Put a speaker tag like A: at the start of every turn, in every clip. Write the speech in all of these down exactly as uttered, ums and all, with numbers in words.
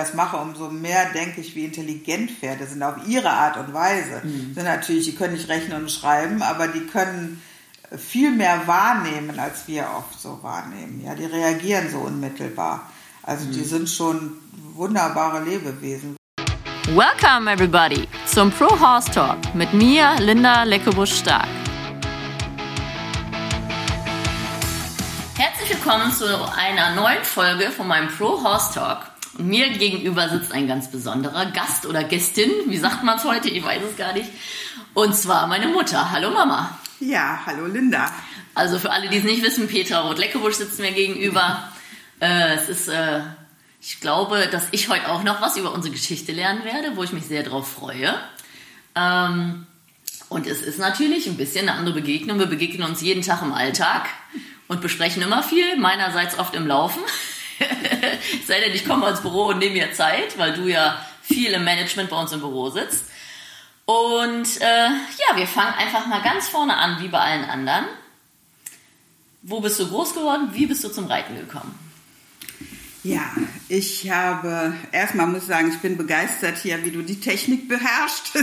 A: das mache, umso mehr denke ich, wie intelligent Pferde sind, auf ihre Art und Weise. Mhm. Sind natürlich, die können nicht rechnen und schreiben, aber die können viel mehr wahrnehmen, als wir oft so wahrnehmen. Ja, die reagieren so unmittelbar. Also mhm. die sind schon wunderbare Lebewesen.
B: Welcome everybody zum Pro Horse Talk mit mir, Linda Leckebusch-Stark. Herzlich willkommen zu einer neuen Folge von meinem Pro Horse Talk. Und mir gegenüber sitzt ein ganz besonderer Gast oder Gästin, wie sagt man es heute, ich weiß es gar nicht. Und zwar meine Mutter. Hallo Mama.
A: Ja, hallo Linda.
B: Also für alle, die es nicht wissen, Petra Roth-Leckebusch sitzt mir gegenüber. Äh, es ist, äh, ich glaube, dass ich heute auch noch was über unsere Geschichte lernen werde, wo ich mich sehr drauf freue. Ähm, und es ist natürlich ein bisschen eine andere Begegnung. Wir begegnen uns jeden Tag im Alltag und besprechen immer viel, meinerseits oft im Laufen. Es sei denn, ich komme ins Büro und nehme mir Zeit, weil du ja viel im Management bei uns im Büro sitzt. Und äh, ja, wir fangen einfach mal ganz vorne an, wie bei allen anderen. Wo bist du groß geworden? Wie bist du zum Reiten gekommen?
A: Ja, ich habe, erstmal muss ich sagen, ich bin begeistert hier, wie du die Technik beherrschst.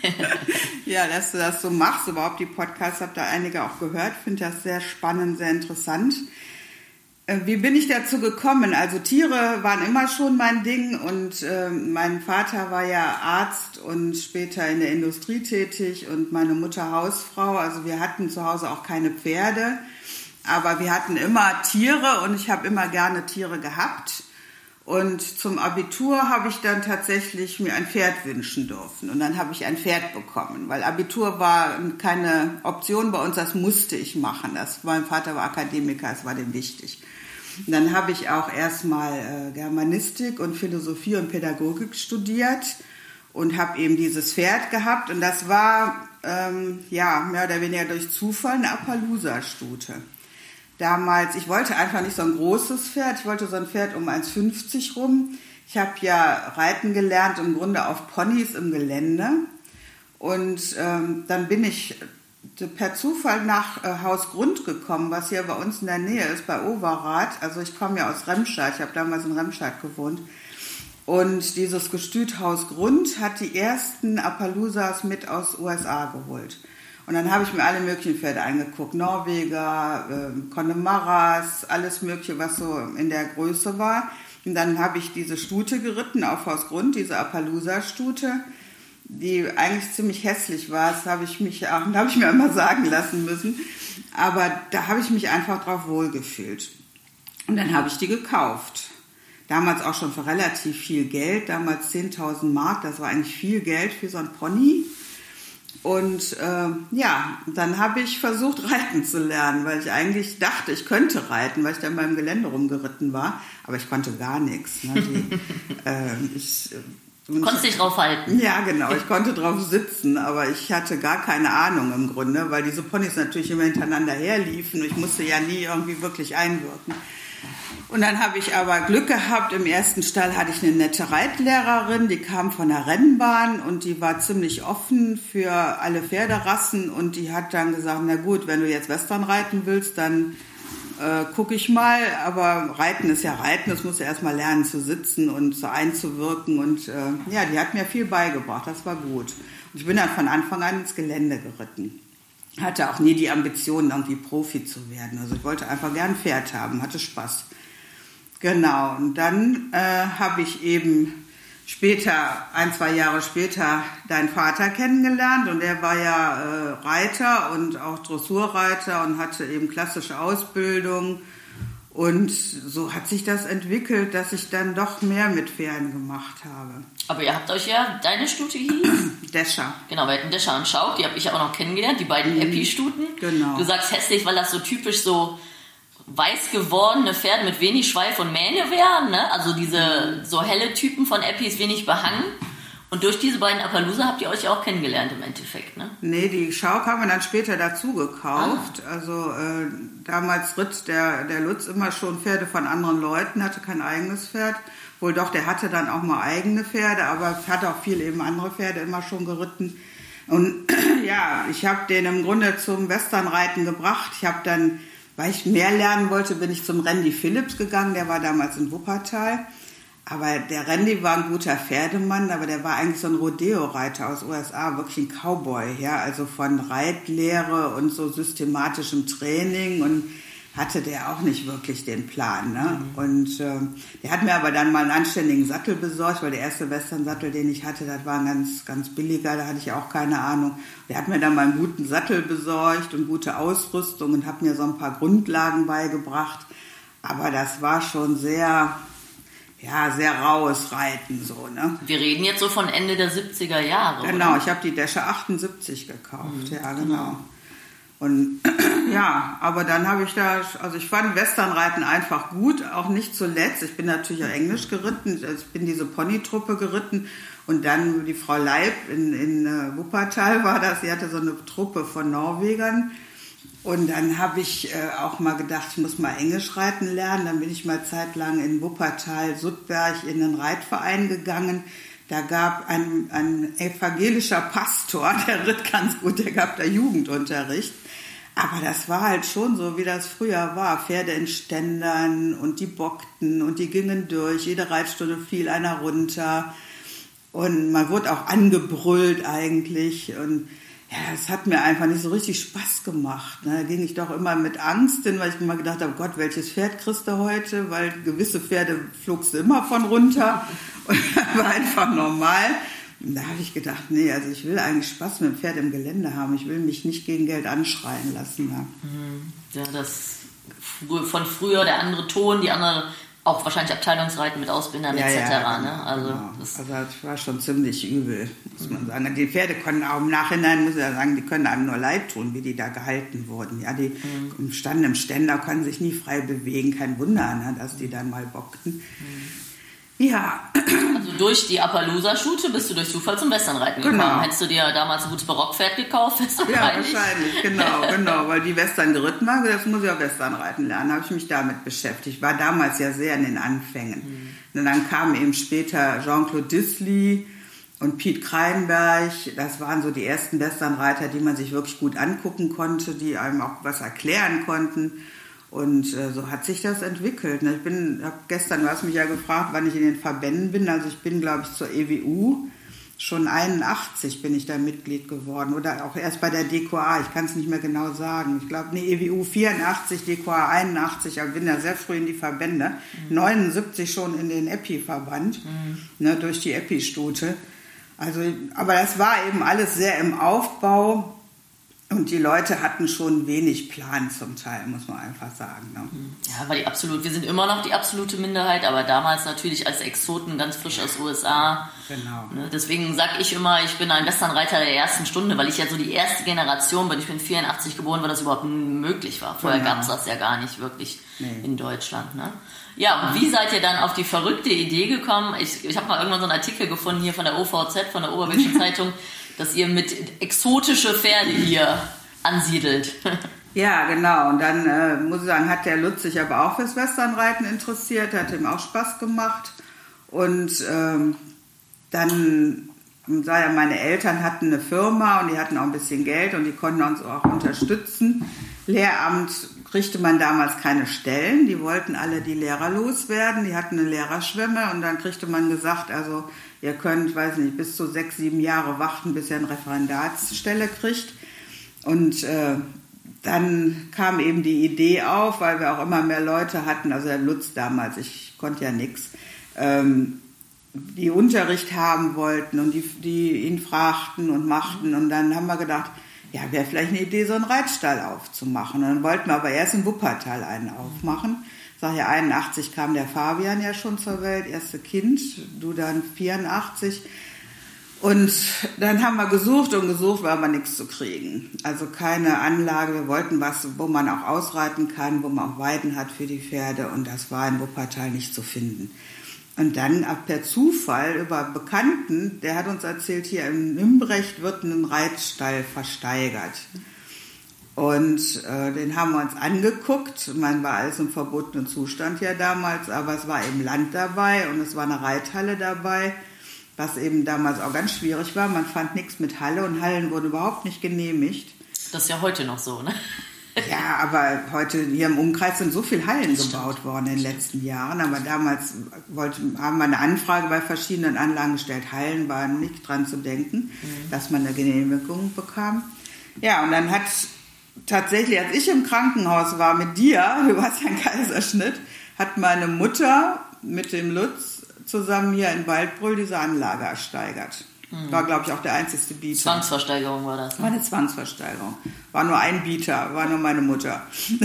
A: Ja, dass du das so machst, überhaupt die Podcasts, habe da einige auch gehört, finde das sehr spannend, sehr interessant. Wie bin ich dazu gekommen? Also Tiere waren immer schon mein Ding und äh, mein Vater war ja Arzt und später in der Industrie tätig und meine Mutter Hausfrau. Also wir hatten zu Hause auch keine Pferde, aber wir hatten immer Tiere und ich habe immer gerne Tiere gehabt. Und zum Abitur habe ich dann tatsächlich mir ein Pferd wünschen dürfen und dann habe ich ein Pferd bekommen, weil Abitur war keine Option bei uns, das musste ich machen. Das, mein Vater war Akademiker, es war dem wichtig. Und dann habe ich auch erstmal äh, Germanistik und Philosophie und Pädagogik studiert und habe eben dieses Pferd gehabt und das war ähm, ja mehr oder weniger durch Zufall eine Appaloosa-Stute. Damals, ich wollte einfach nicht so ein großes Pferd, ich wollte so ein Pferd um eins fünfzig rum. Ich habe ja reiten gelernt, im Grunde auf Ponys im Gelände. Und ähm, dann bin ich per Zufall nach äh, Haus Grund gekommen, was hier bei uns in der Nähe ist, bei Overath. Also ich komme ja aus Remscheid, ich habe damals in Remscheid gewohnt. Und dieses Gestüt Haus Grund hat die ersten Appaloosas mit aus U S A geholt. Und dann habe ich mir alle möglichen Pferde angeguckt, Norweger, äh, Connemara's, alles mögliche, was so in der Größe war. Und dann habe ich diese Stute geritten auf Haus Grund, diese Appaloosa-Stute, die eigentlich ziemlich hässlich war. Das habe ich, mich, habe ich mir immer sagen lassen müssen. Aber da habe ich mich einfach drauf wohlgefühlt. Und dann habe ich die gekauft. Damals auch schon für relativ viel Geld, damals zehntausend Mark, das war eigentlich viel Geld für so ein Pony. Und äh, ja, dann habe ich versucht, reiten zu lernen, weil ich eigentlich dachte, ich könnte reiten, weil ich dann beim Gelände rumgeritten war, aber ich konnte gar nichts. Ne? Die, äh, ich,
B: du konntest dich drauf halten.
A: Ja, genau, ich konnte drauf sitzen, aber ich hatte gar keine Ahnung im Grunde, weil diese Ponys natürlich immer hintereinander herliefen und ich musste ja nie irgendwie wirklich einwirken. Und dann habe ich aber Glück gehabt, im ersten Stall hatte ich eine nette Reitlehrerin, die kam von der Rennbahn und die war ziemlich offen für alle Pferderassen und die hat dann gesagt, na gut, wenn du jetzt Western reiten willst, dann äh, gucke ich mal, aber Reiten ist ja Reiten, das muss ja erstmal lernen zu sitzen und so einzuwirken und äh, ja, die hat mir viel beigebracht, das war gut. Und ich bin dann von Anfang an ins Gelände geritten. Hatte auch nie die Ambition, irgendwie Profi zu werden, also ich wollte einfach gern ein Pferd haben, hatte Spaß. Genau, und dann äh, habe ich eben später, ein, zwei Jahre später, deinen Vater kennengelernt und der war ja äh, Reiter und auch Dressurreiter und hatte eben klassische Ausbildung und so hat sich das entwickelt, dass ich dann doch mehr mit Pferden gemacht habe.
B: Aber ihr habt euch ja, deine Stute hieß?
A: Descher.
B: Genau, wir hatten Descher und Schauk, die habe ich ja auch noch kennengelernt, die beiden mhm. Epi-Stuten.
A: Genau.
B: Du sagst hässlich, weil das so typisch so weiß gewordene Pferde mit wenig Schweif und Mähne wären, ne? Also diese so helle Typen von Epis, wenig behangen. Und durch diese beiden Appaloosa habt ihr euch ja auch kennengelernt im Endeffekt, ne?
A: Nee, die Schauk haben wir dann später dazu gekauft. Ah. Also äh, damals ritt der, der Lutz immer schon Pferde von anderen Leuten, hatte kein eigenes Pferd. Wohl doch, der hatte dann auch mal eigene Pferde, aber hatte auch viel eben andere Pferde immer schon geritten. Und ja, ich habe den im Grunde zum Westernreiten gebracht. Ich habe dann, weil ich mehr lernen wollte, bin ich zum Randy Phillips gegangen, der war damals in Wuppertal. Aber der Randy war ein guter Pferdemann, aber der war eigentlich so ein Rodeo-Reiter aus U S A, wirklich ein Cowboy, ja, also von Reitlehre und so systematischem Training und hatte der auch nicht wirklich den Plan, ne? Mhm. Und äh, der hat mir aber dann mal einen anständigen Sattel besorgt, weil der erste Western-Sattel, den ich hatte, das war ein ganz, ganz billiger, da hatte ich auch keine Ahnung. Der hat mir dann mal einen guten Sattel besorgt und gute Ausrüstung und hat mir so ein paar Grundlagen beigebracht. Aber das war schon sehr, ja, sehr raues Reiten, so, ne?
B: Wir reden jetzt so von Ende der siebziger Jahre,
A: Genau,
B: oder?
A: ich habe die Desche achtundsiebzig gekauft, mhm. ja, genau. Und ja, aber dann habe ich da, also ich fand Westernreiten einfach gut, auch nicht zuletzt. Ich bin natürlich auch Englisch geritten, ich bin diese Ponytruppe geritten und dann die Frau Leib in, in Wuppertal war das, sie hatte so eine Truppe von Norwegern und dann habe ich äh, auch mal gedacht, ich muss mal Englisch reiten lernen. Dann bin ich mal zeitlang in Wuppertal, Suttberg in einen Reitverein gegangen. Da gab ein, ein evangelischer Pastor, der ritt ganz gut, der gab da Jugendunterricht. Aber das war halt schon so, wie das früher war. Pferde in Ständern und die bockten und die gingen durch. Jede Reitstunde fiel einer runter. Und man wurde auch angebrüllt eigentlich. Und ja, das hat mir einfach nicht so richtig Spaß gemacht. Ne? Da ging ich doch immer mit Angst hin, weil ich immer gedacht habe, Gott, welches Pferd kriegst du heute? Weil gewisse Pferde flugst du immer von runter. Und das war einfach normal. Und da habe ich gedacht, nee, also ich will eigentlich Spaß mit dem Pferd im Gelände haben. Ich will mich nicht gegen Geld anschreien lassen. Ja,
B: ja das von früher, der andere Ton, die andere, auch wahrscheinlich Abteilungsreiten mit Ausbindern
A: ja,
B: et cetera.
A: Ja, genau,
B: ne? also,
A: genau.
B: das
A: also das war schon ziemlich übel, muss man sagen. Die Pferde können auch im Nachhinein, muss ich ja sagen, die können einem nur leid tun, wie die da gehalten wurden. Ja, die mhm. standen im Ständer, konnten sich nie frei bewegen. Kein Wunder, ne, dass die dann mal bockten. Mhm. Ja.
B: Also durch die Appaloosa-Schute bist du durch Zufall zum Westernreiten gekommen. Genau. Hättest du dir damals ein gutes Barockpferd gekauft?
A: Ja, wahrscheinlich, genau, genau. Weil die Western geritten war, das muss ich auch Westernreiten lernen. Da habe ich mich damit beschäftigt. War damals ja sehr in den Anfängen. Mhm. Und dann kamen eben später Jean-Claude Disley und Piet Kreinberg. Das waren so die ersten Westernreiter, die man sich wirklich gut angucken konnte, die einem auch was erklären konnten. Und äh, so hat sich das entwickelt. Ich bin, hab gestern, du hast mich ja gefragt, wann ich in den Verbänden bin. Also ich bin, glaube ich, zur E W U. Schon einundachtzig bin ich da Mitglied geworden. Oder auch erst bei der D Q A. Ich kann es nicht mehr genau sagen. Ich glaube, nee, E W U vierundachtzig, D Q A einundachtzig. Aber ich bin da sehr früh in die Verbände. Mhm. neunundsiebzig schon in den Epi-Verband. Mhm. Ne, durch die Epi-Stute. Also, aber das war eben alles sehr im Aufbau. Und die Leute hatten schon wenig Plan zum Teil, muss man einfach sagen. Ne?
B: Ja, war die absolut. Wir sind immer noch die absolute Minderheit, aber damals natürlich als Exoten ganz frisch aus U S A.
A: Genau.
B: Ne? Deswegen sage ich immer, ich bin ein Westernreiter der ersten Stunde, weil ich ja so die erste Generation bin. Ich bin vierundachtzig geboren, weil das überhaupt möglich war. Vorher genau. gab es das ja gar nicht wirklich nee. in Deutschland. Ne? Ja, und wie seid ihr dann auf die verrückte Idee gekommen? Ich, ich habe mal irgendwann so einen Artikel gefunden hier von der O V Z, von der Oberbergischen Zeitung, dass ihr mit exotische Pferde hier ansiedelt.
A: Ja, genau. Und dann, äh, muss ich sagen, hat der Lutz sich aber auch fürs Westernreiten interessiert, hat ihm auch Spaß gemacht. Und ähm, dann, sah ja, meine Eltern hatten eine Firma und die hatten auch ein bisschen Geld und die konnten uns auch unterstützen. Lehramt kriegte man damals keine Stellen, die wollten alle die Lehrer loswerden, die hatten eine Lehrerschwemme und dann kriegte man gesagt, also ihr könnt, weiß nicht, bis zu sechs, sieben Jahre warten, bis ihr eine Referendatsstelle kriegt. Und äh, dann kam eben die Idee auf, weil wir auch immer mehr Leute hatten, also der Lutz damals, ich konnte ja nichts, ähm, die Unterricht haben wollten und die, die ihn fragten und machten. Und dann haben wir gedacht, ja, wäre vielleicht eine Idee, so einen Reitstall aufzumachen. Und dann wollten wir aber erst in Wuppertal einen aufmachen. Ich sage ja, einundachtzig kam der Fabian ja schon zur Welt, erste Kind, du dann vierundachtzig. Und dann haben wir gesucht und gesucht, war aber nichts zu kriegen. Also keine Anlage, wir wollten was, wo man auch ausreiten kann, wo man auch Weiden hat für die Pferde. Und das war in Wuppertal nicht zu finden. Und dann per Zufall über Bekannten, der hat uns erzählt, hier in Imbrecht wird ein Reitstall versteigert. Und äh, den haben wir uns angeguckt. Man war alles im verbotenen Zustand ja damals, aber es war eben Land dabei und es war eine Reithalle dabei, was eben damals auch ganz schwierig war. Man fand nichts mit Halle und Hallen wurden überhaupt nicht genehmigt.
B: Das ist ja heute noch so, ne?
A: Ja, aber heute hier im Umkreis sind so viele Hallen das gebaut stimmt. worden in den letzten Jahren. Aber damals wollte, haben wir eine Anfrage bei verschiedenen Anlagen gestellt. Hallen waren nicht dran zu denken, mhm. dass man eine Genehmigung bekam. Ja, und dann hat tatsächlich, als ich im Krankenhaus war mit dir, du warst ja ein Kaiserschnitt, hat meine Mutter mit dem Lutz zusammen hier in Waldbrüll diese Anlage ersteigert. War, glaube ich, auch der einzigste Bieter.
B: Zwangsversteigerung war das. Ne?
A: War eine Zwangsversteigerung. War nur ein Bieter, war nur meine Mutter.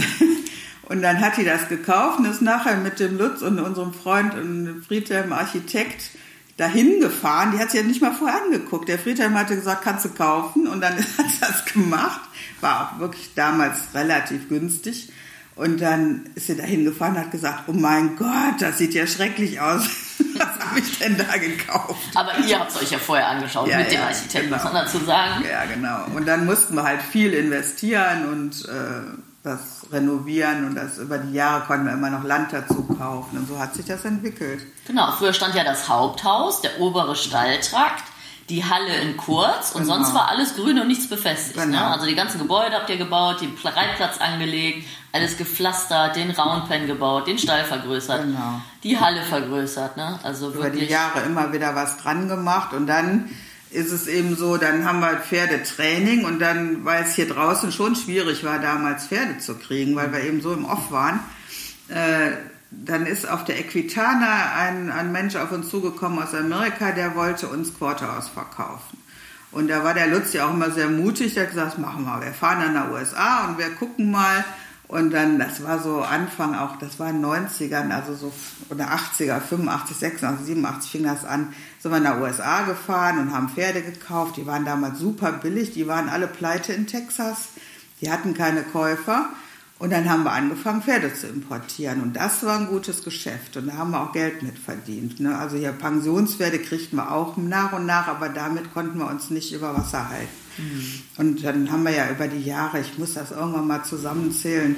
A: Und dann hat die das gekauft und ist nachher mit dem Lutz und unserem Freund und Friedhelm, Architekt, dahin gefahren. Die hat sich ja nicht mal vorher angeguckt. Der Friedhelm hatte gesagt, kannst du kaufen. Und dann hat sie das gemacht. War auch wirklich damals relativ günstig. Und dann ist sie da hingefahren und hat gesagt, oh mein Gott, das sieht ja schrecklich aus. Was habe ich denn da gekauft?
B: Aber ihr habt es euch ja vorher angeschaut, ja, mit ja, dem Architekten, genau. muss man dazu sagen.
A: Ja, genau. Und dann mussten wir halt viel investieren und äh, das renovieren. Und das über die Jahre konnten wir immer noch Land dazu kaufen. Und so hat sich das entwickelt.
B: Genau, früher stand ja das Haupthaus, der obere Stalltrakt, die Halle in Kurz und genau. sonst war alles grün und nichts befestigt. Genau. Ne? Also die ganzen Gebäude habt ihr gebaut, den Reitplatz angelegt, alles gepflastert, den Raunpen gebaut, den Stall vergrößert, genau. die Halle vergrößert. Ne? Also
A: über die Jahre immer wieder was dran gemacht und dann ist es eben so, dann haben wir Pferdetraining und dann, weil es hier draußen schon schwierig war, damals Pferde zu kriegen, weil wir eben so im Off waren, äh, dann ist auf der Equitana ein, ein Mensch auf uns zugekommen aus Amerika, der wollte uns Quarterhouse verkaufen. Und da war der Lutz ja auch immer sehr mutig, der hat gesagt, das machen wir, wir fahren dann nach U S A und wir gucken mal. Und dann, das war so Anfang auch, das war in den neunzigern, also so, oder achtziger, fünfundachtzig, sechsundachtzig, siebenundachtzig fing das an, sind wir nach U S A gefahren und haben Pferde gekauft, die waren damals super billig, die waren alle pleite in Texas, die hatten keine Käufer. Und dann haben wir angefangen, Pferde zu importieren. Und das war ein gutes Geschäft. Und da haben wir auch Geld mit verdient. Ne? Also hier Pensionspferde kriegten wir auch nach und nach, aber damit konnten wir uns nicht über Wasser halten. Mhm. Und dann haben wir ja über die Jahre, ich muss das irgendwann mal zusammenzählen,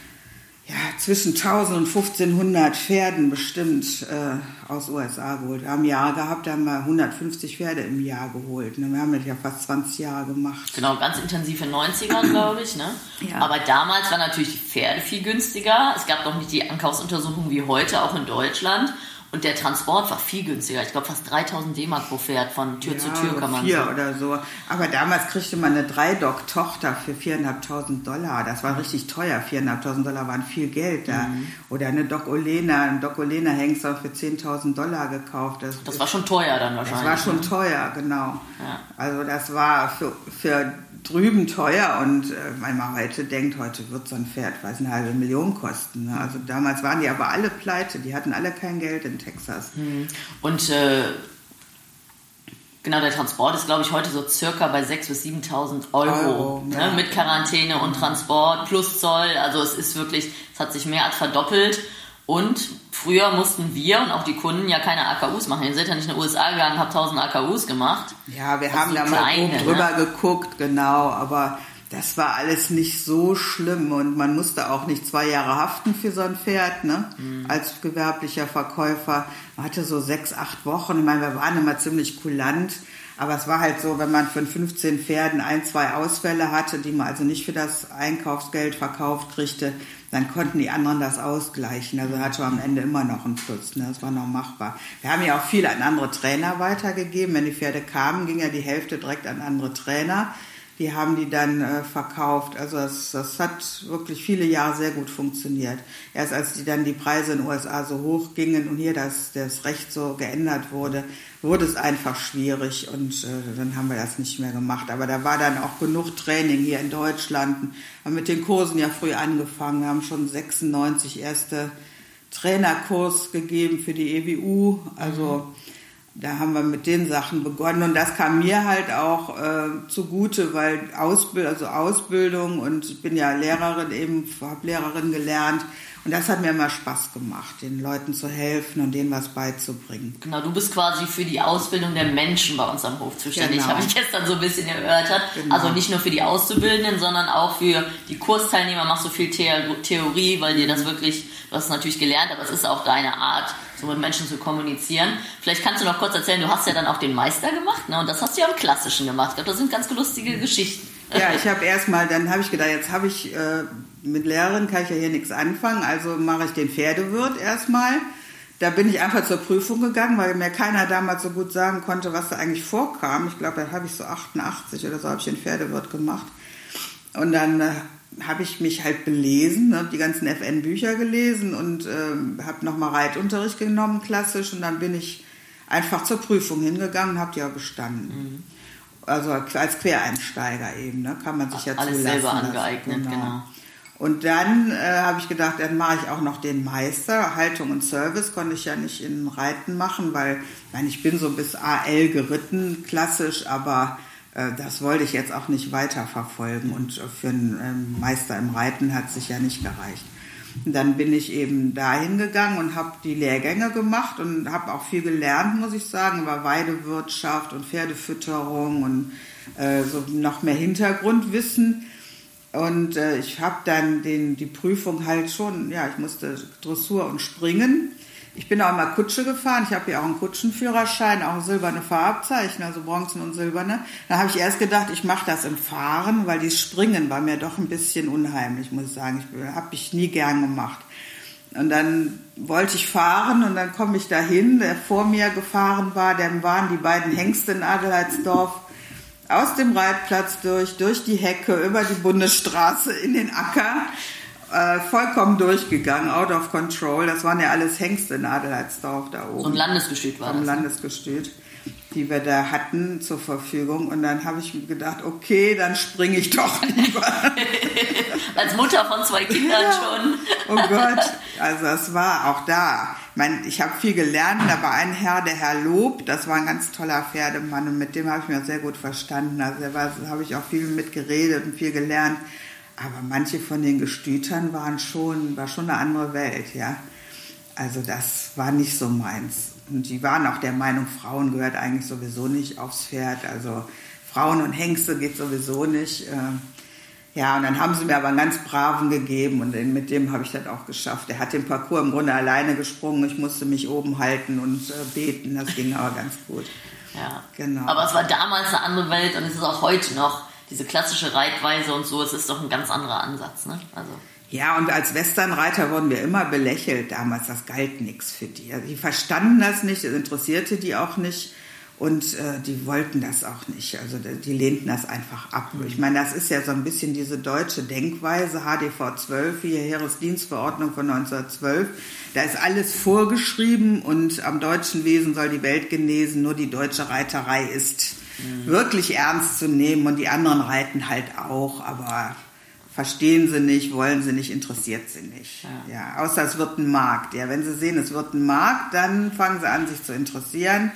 A: ja, zwischen tausend und fünfzehnhundert Pferden bestimmt äh, aus U S A geholt. Wir haben Jahre gehabt, da haben wir hundertfünfzig Pferde im Jahr geholt. Ne? Wir haben das ja fast zwanzig Jahre gemacht.
B: Genau, ganz intensiv in den neunzigern, glaube ich. Ne? Ja. Aber damals waren natürlich die Pferde viel günstiger. Es gab noch nicht die Ankaufsuntersuchung wie heute, auch in Deutschland. Und der Transport war viel günstiger. Ich glaube, fast dreitausend D-Mark pro Pferd von Tür ja, zu Tür kann man
A: vier sagen. Oder so. Aber damals kriegte man eine Dreidock-Tochter für viertausendfünfhundert Dollar. Das war richtig teuer. viertausendfünfhundert Dollar waren viel Geld da. Mhm. Oder eine Doc Olena, ein Doc Olena Hengst für zehntausend Dollar gekauft. Das,
B: das war schon teuer dann wahrscheinlich.
A: Das war schon ne? teuer, genau. Ja. Also das war für, für drüben teuer und äh, wenn man heute denkt, heute wird so ein Pferd, weiß eine halbe Million kosten. Ne? Also damals waren die aber alle pleite, die hatten alle kein Geld in Texas.
B: Und äh, genau, der Transport ist, glaube ich, heute so circa bei sechstausend bis siebentausend Euro, Euro ne? ja. mit Quarantäne und Transport plus Zoll. Also es ist wirklich, es hat sich mehr als verdoppelt. Und früher mussten wir und auch die Kunden ja keine A K Us machen. Ihr seid ja nicht in die U S A gegangen, habt tausend A K Us gemacht.
A: Ja, wir haben da mal oben drüber ne? geguckt, genau, aber das war alles nicht so schlimm und man musste auch nicht zwei Jahre haften für so ein Pferd, ne? Mhm. Als gewerblicher Verkäufer. Man hatte so sechs, acht Wochen. Ich meine, wir waren immer ziemlich kulant. Aber es war halt so, wenn man von fünfzehn Pferden ein, zwei Ausfälle hatte, die man also nicht für das Einkaufsgeld verkauft kriegte, dann konnten die anderen das ausgleichen. Also hatte man am Ende immer noch einen Plus. Ne? Das war noch machbar. Wir haben ja auch viel an andere Trainer weitergegeben. Wenn die Pferde kamen, ging ja die Hälfte direkt an andere Trainer. Die haben die dann äh, verkauft. Also das, das hat wirklich viele Jahre sehr gut funktioniert. Erst als die dann die Preise in den U S A so hoch gingen und hier das, das Recht so geändert wurde, wurde es einfach schwierig und äh, dann haben wir das nicht mehr gemacht. Aber da war dann auch genug Training hier in Deutschland. Wir haben mit den Kursen ja früh angefangen. Wir haben schon sechsundneunzig erste Trainerkurs gegeben für die E W U. Also da haben wir mit den Sachen begonnen und das kam mir halt auch äh, zugute, weil Ausbild, also Ausbildung und ich bin ja Lehrerin eben, habe Lehrerin gelernt und das hat mir immer Spaß gemacht, den Leuten zu helfen und denen was beizubringen.
B: Genau, du bist quasi für die Ausbildung der Menschen bei uns am Hof zuständig, genau. Habe ich gestern so ein bisschen erörtert. Genau. Also nicht nur für die Auszubildenden, sondern auch für die Kursteilnehmer machst du viel The- Theorie, weil dir das wirklich, du hast es natürlich gelernt, aber es ist auch deine Art, so mit Menschen zu kommunizieren. Vielleicht kannst du noch kurz erzählen, du hast ja dann auch den Meister gemacht, ne? Und das hast du ja im Klassischen gemacht. Ich glaube, das sind ganz lustige Geschichten.
A: Ja, ich habe erstmal, dann habe ich gedacht, jetzt habe ich, äh, mit Lehrerin kann ich ja hier nichts anfangen, also mache ich den Pferdewirt erstmal. Da bin ich einfach zur Prüfung gegangen, weil mir keiner damals so gut sagen konnte, was da eigentlich vorkam. Ich glaube, da habe ich so achtundachtzig oder so, habe ich den Pferdewirt gemacht. Und dann äh, habe ich mich halt belesen, ne, die ganzen F N-Bücher gelesen und äh, habe nochmal Reitunterricht genommen, klassisch. Und dann bin ich einfach zur Prüfung hingegangen und habe die auch bestanden. Mhm. Also als Quereinsteiger eben, ne, kann man sich ja
B: alles
A: zulassen.
B: Alles selber angeeignet, genau. genau.
A: Und dann äh, habe ich gedacht, dann mache ich auch noch den Meister. Haltung und Service konnte ich ja nicht in Reiten machen, weil ich meine, ich bin so bis A L geritten, klassisch, aber äh, das wollte ich jetzt auch nicht weiter verfolgen. Und für einen ähm, Meister im Reiten hat es sich ja nicht gereicht. Und dann bin ich eben dahin gegangen und habe die Lehrgänge gemacht und habe auch viel gelernt, muss ich sagen, über Weidewirtschaft und Pferdefütterung und äh, so noch mehr Hintergrundwissen. Und äh, ich habe dann den, die Prüfung halt schon, ja, ich musste Dressur und Springen. Ich bin auch immer Kutsche gefahren. Ich habe ja auch einen Kutschenführerschein, auch silberne Farbzeichen, also Bronzen und silberne. Da habe ich erst gedacht, ich mache das im Fahren, weil dieses Springen war mir doch ein bisschen unheimlich, muss ich sagen. Ich habe ich nie gern gemacht. Und dann wollte ich fahren und dann komme ich dahin, der vor mir gefahren war, dann waren die beiden Hengste in Adelheidsdorf aus dem Reitplatz durch, durch die Hecke, über die Bundesstraße in den Acker, äh, vollkommen durchgegangen, out of control. Das waren ja alles Hengste in Adelheidsdorf da oben.
B: So ein Landesgestüt war das.
A: Ein Landesgestüt, die wir da hatten zur Verfügung. Und dann habe ich mir gedacht, okay, dann springe ich doch lieber.
B: Als Mutter von zwei Kindern ja. schon.
A: Oh Gott, also es war auch da. Ich meine, ich habe viel gelernt, da war ein Herr, der Herr Lob, das war ein ganz toller Pferdemann und mit dem habe ich mich auch sehr gut verstanden. Also da habe ich auch viel mit geredet und viel gelernt. Aber manche von den Gestütern waren schon, war schon eine andere Welt, ja. Also das war nicht so meins. Und die waren auch der Meinung, Frauen gehört eigentlich sowieso nicht aufs Pferd. Also Frauen und Hengste geht sowieso nicht. Ja, und dann haben sie mir aber einen ganz braven gegeben und mit dem habe ich das auch geschafft. Er hat den Parcours im Grunde alleine gesprungen. Ich musste mich oben halten und äh, beten. Das ging aber ganz gut.
B: Ja, genau. Aber es war damals eine andere Welt und es ist auch heute noch diese klassische Reitweise und so. Es ist doch ein ganz anderer Ansatz, ne? Also.
A: Ja, und als Westernreiter wurden wir immer belächelt damals. Das galt nichts für die. Also die verstanden das nicht, das interessierte die auch nicht. Und äh, die wollten das auch nicht, also die lehnten das einfach ab. Ich meine, das ist ja so ein bisschen diese deutsche Denkweise, H D V zwölf, hier Heeresdienstverordnung von neunzehnhundertzwölf. Da ist alles vorgeschrieben und am deutschen Wesen soll die Welt genesen, nur die deutsche Reiterei ist mhm. wirklich ernst zu nehmen und die anderen reiten halt auch, aber verstehen sie nicht, wollen sie nicht, interessiert sie nicht. Ja. Ja, außer es wird ein Markt. Ja, wenn sie sehen, es wird ein Markt, dann fangen sie an, sich zu interessieren.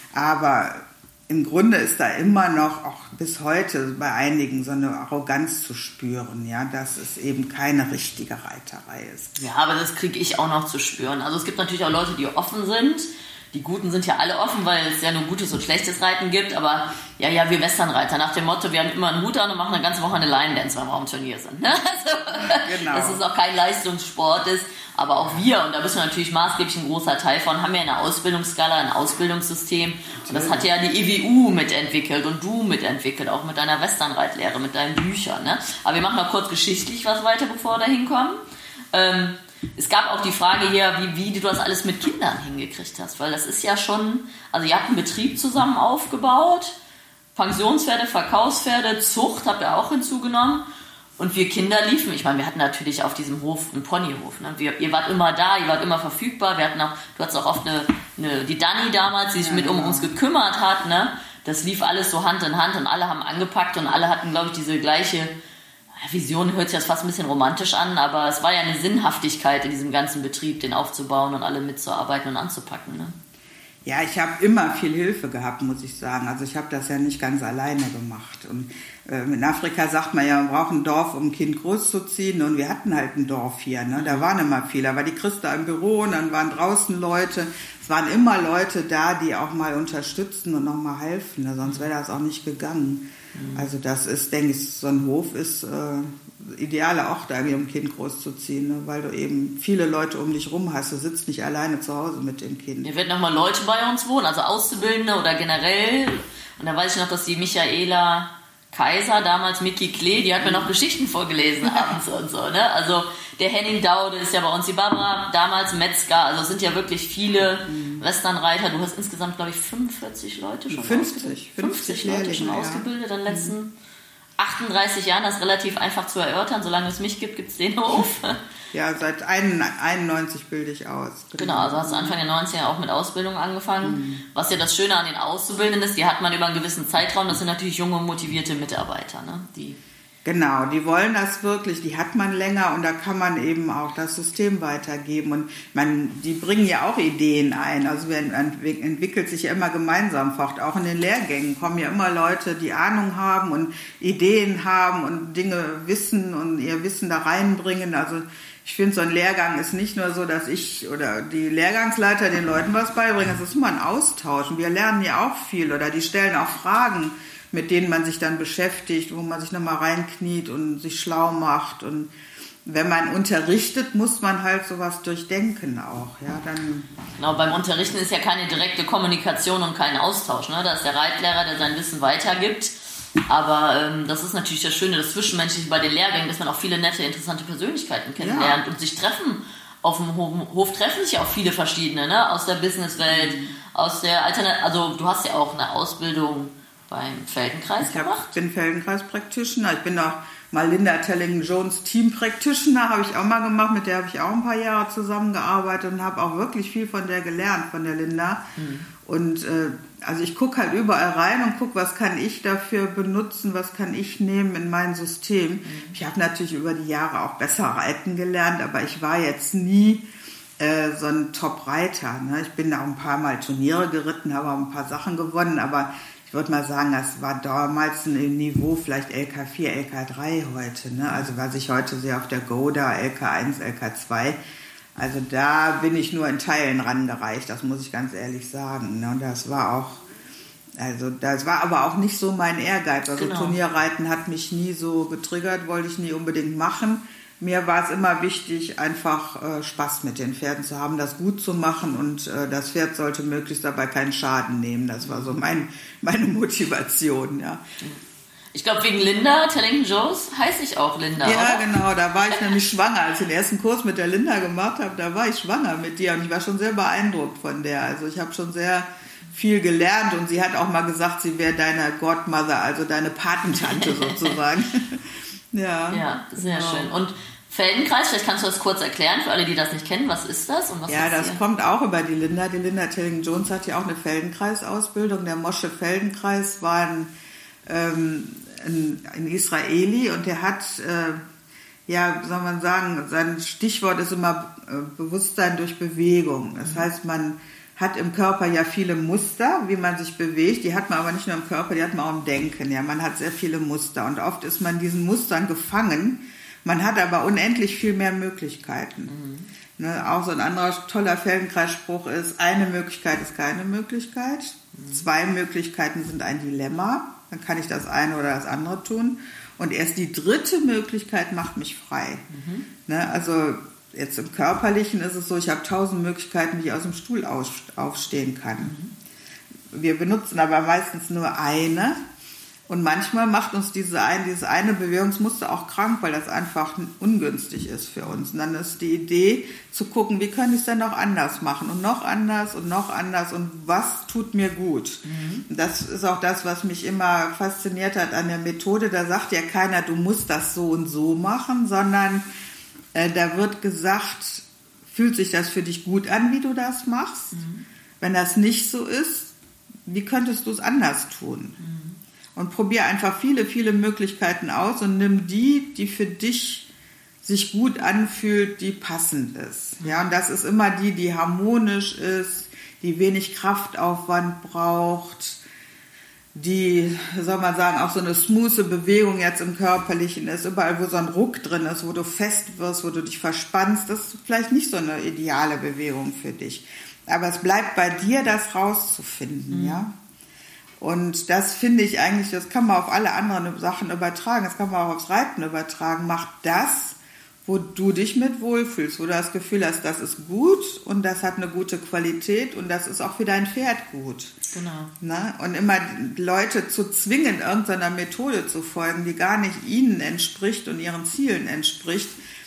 A: Aber im Grunde ist da immer noch, auch bis heute bei einigen, so eine Arroganz zu spüren, ja, dass es eben keine richtige Reiterei ist.
B: Ja, aber das kriege ich auch noch zu spüren. Also es gibt natürlich auch Leute, die offen sind. Die Guten sind ja alle offen, weil es ja nur gutes und schlechtes Reiten gibt. Aber ja, ja, wir Westernreiter, nach dem Motto, wir haben immer einen Hut an und machen eine ganze Woche eine Line Dance, wenn wir am Turnier sind. Ne? Also, genau. Dass es auch kein Leistungssport ist. Aber auch wir, und da bist du natürlich maßgeblich ein großer Teil von, haben ja eine Ausbildungsskala, ein Ausbildungssystem. Und das hat ja die E W U mitentwickelt und du mitentwickelt, auch mit deiner Westernreitlehre, mit deinen Büchern. Ne? Aber wir machen noch kurz geschichtlich was weiter, bevor wir da hinkommen. Ähm, es gab auch die Frage hier, wie, wie du das alles mit Kindern hingekriegt hast. Weil das ist ja schon, also ihr habt einen Betrieb zusammen aufgebaut, Pensionspferde, Verkaufspferde, Zucht habt ihr auch hinzugenommen. Und wir Kinder liefen, ich meine, wir hatten natürlich auf diesem Hof einen Ponyhof. Ne? Wir, ihr wart immer da, ihr wart immer verfügbar. Wir hatten auch, du hattest auch oft eine, eine, die Dani damals, die sich ja, mit um genau. uns gekümmert hat. Ne? Das lief alles so Hand in Hand und alle haben angepackt und alle hatten, glaube ich, diese gleiche Vision. Hört sich das fast ein bisschen romantisch an, aber es war ja eine Sinnhaftigkeit in diesem ganzen Betrieb, den aufzubauen und alle mitzuarbeiten und anzupacken. Ne?
A: Ja, ich habe immer viel Hilfe gehabt, muss ich sagen. Also ich habe das ja nicht ganz alleine gemacht. Und äh, in Afrika sagt man ja, man braucht ein Dorf, um ein Kind großzuziehen. Und wir hatten halt ein Dorf hier, ne? Da waren immer viele. Da war die Christa im Büro und dann waren draußen Leute. Es waren immer Leute da, die auch mal unterstützen und noch mal helfen. Ne? Sonst wäre das auch nicht gegangen. Mhm. Also das ist, denke ich, so ein Hof ist äh, ideale Ort, um ein Kind großzuziehen, ne? Weil du eben viele Leute um dich rum hast. Du sitzt nicht alleine zu Hause mit dem Kind.
B: Hier werden nochmal Leute bei uns wohnen, also Auszubildende oder generell. Und da weiß ich noch, dass die Michaela Kaiser, damals Micky Klee, die hat mir noch Geschichten vorgelesen abends und so. Ne? Also der Henning Daude ist ja bei uns, die Barbara, damals Metzger. Also es sind ja wirklich viele Westernreiter. Du hast insgesamt, glaube ich, fünfundvierzig Leute schon
A: fünfzig,
B: fünfzig Leute schon
A: ja.
B: ausgebildet in den letzten achtunddreißig Jahren. Das ist relativ einfach zu erörtern. Solange es mich gibt, gibt es den Hof.
A: Ja, seit einundneunzig bilde ich aus.
B: Genau, also hast du Anfang der neunziger auch mit Ausbildung angefangen. Mhm. Was ja das Schöne an den Auszubildenden ist, die hat man über einen gewissen Zeitraum. Das sind natürlich junge, motivierte Mitarbeiter. Ne? Die
A: Genau, die wollen das wirklich, die hat man länger und da kann man eben auch das System weitergeben. Und man, die bringen ja auch Ideen ein. Also man entwickelt sich ja immer gemeinsam fort. Auch in den Lehrgängen kommen ja immer Leute, die Ahnung haben und Ideen haben und Dinge wissen und ihr Wissen da reinbringen. Also ich finde, so ein Lehrgang ist nicht nur so, dass ich oder die Lehrgangsleiter den Leuten was beibringen. Es ist immer ein Austausch. Und wir lernen ja auch viel oder die stellen auch Fragen, mit denen man sich dann beschäftigt, wo man sich nochmal reinkniet und sich schlau macht. Und wenn man unterrichtet, muss man halt sowas durchdenken auch. Ja, dann
B: genau, beim Unterrichten ist ja keine direkte Kommunikation und kein Austausch. Ne? Da ist der Reitlehrer, der sein Wissen weitergibt. Aber ähm, das ist natürlich das Schöne, das Zwischenmenschliche bei den Lehrgängen, dass man auch viele nette, interessante Persönlichkeiten kennenlernt ja. und sich treffen. Auf dem Hof treffen sich ja auch viele verschiedene, ne? Aus der Businesswelt, mhm. aus der Alternat- also du hast ja auch eine Ausbildung beim Feldenkreis
A: ich
B: gemacht?
A: Ich bin Feldenkreis-Practitioner. Ich bin auch mal Linda Tellingen-Jones Team-Practitioner, habe ich auch mal gemacht. Mit der habe ich auch ein paar Jahre zusammengearbeitet und habe auch wirklich viel von der gelernt, von der Linda. Mhm. Und äh, also ich gucke halt überall rein und gucke, was kann ich dafür benutzen, was kann ich nehmen in mein System. Mhm. Ich habe natürlich über die Jahre auch besser reiten gelernt, aber ich war jetzt nie äh, so ein Top-Reiter. Ne? Ich bin da auch ein paar Mal Turniere geritten, habe auch ein paar Sachen gewonnen, aber ich würde mal sagen, das war damals ein Niveau vielleicht L K vier, L K drei heute. Ne? Also was ich heute sehe auf der Gouda, L K eins, L K zwei. Also da bin ich nur in Teilen rangereicht, das muss ich ganz ehrlich sagen. Ne? Und das war auch, also das war aber auch nicht so mein Ehrgeiz. Also genau. Turnierreiten hat mich nie so getriggert, wollte ich nie unbedingt machen. Mir war es immer wichtig, einfach äh, Spaß mit den Pferden zu haben, das gut zu machen und äh, das Pferd sollte möglichst dabei keinen Schaden nehmen. Das war so mein, meine Motivation, ja.
B: Ich glaube, wegen Linda Tellingen-Jones heiße ich auch Linda,
A: Ja,
B: oder?
A: genau, da war ich nämlich schwanger. Als ich den ersten Kurs mit der Linda gemacht habe, da war ich schwanger mit dir und ich war schon sehr beeindruckt von der. Also ich habe schon sehr viel gelernt und sie hat auch mal gesagt, sie wäre deine Godmother, also deine Patentante sozusagen. Ja,
B: ja, sehr
A: genau.
B: schön. Und Feldenkreis, vielleicht kannst du das kurz erklären für alle, die das nicht kennen. Was ist das? Und was
A: ja, das
B: hier?
A: kommt auch über die Linda. Die Linda Tellingen-Jones hat ja auch eine Feldenkreis-Ausbildung. Der Moshe Feldenkreis war ein, ähm, ein, ein Israeli und der hat, äh, ja, soll man sagen, sein Stichwort ist immer äh, Bewusstsein durch Bewegung. Das mhm. heißt, man hat im Körper ja viele Muster, wie man sich bewegt. Die hat man aber nicht nur im Körper, die hat man auch im Denken. Ja, man hat sehr viele Muster und oft ist man diesen Mustern gefangen. Man hat aber unendlich viel mehr Möglichkeiten. Mhm. Ne, auch so ein anderer toller Feldenkreisspruch ist, eine Möglichkeit ist keine Möglichkeit. Mhm. Zwei Möglichkeiten sind ein Dilemma. Dann kann ich das eine oder das andere tun. Und erst die dritte Möglichkeit macht mich frei. Mhm. Ne, also jetzt im Körperlichen ist es so, ich habe tausend Möglichkeiten, wie ich aus dem Stuhl aufstehen kann. Mhm. Wir benutzen aber meistens nur eine. Und manchmal macht uns diese ein, dieses eine Bewegungsmuster auch krank, weil das einfach ungünstig ist für uns. Und dann ist die Idee zu gucken, wie kann ich es denn noch anders machen und noch anders und noch anders und was tut mir gut. Mhm. Das ist auch das, was mich immer fasziniert hat an der Methode. Da sagt ja keiner, du musst das so und so machen, sondern äh, da wird gesagt, fühlt sich das für dich gut an, wie du das machst? Mhm. Wenn das nicht so ist, wie könntest du es anders tun? Mhm. Und probier einfach viele, viele Möglichkeiten aus und nimm die, die für dich sich gut anfühlt, die passend ist. Ja, und das ist immer die, die harmonisch ist, die wenig Kraftaufwand braucht, die, soll man sagen, auch so eine smooth Bewegung jetzt im Körperlichen ist, überall, wo so ein Ruck drin ist, wo du fest wirst, wo du dich verspannst, das ist vielleicht nicht so eine ideale Bewegung für dich. Aber es bleibt bei dir, das rauszufinden, mhm. ja. Und das finde ich eigentlich, das kann man auf alle anderen Sachen übertragen, das kann man auch aufs Reiten übertragen. Mach das, wo du dich mit wohlfühlst, wo du das Gefühl hast, das ist gut und das hat eine gute Qualität und das ist auch für dein Pferd gut.
B: Genau.
A: Na? Und immer Leute zu zwingen, irgendeiner Methode zu folgen, die gar nicht ihnen entspricht und ihren Zielen entspricht,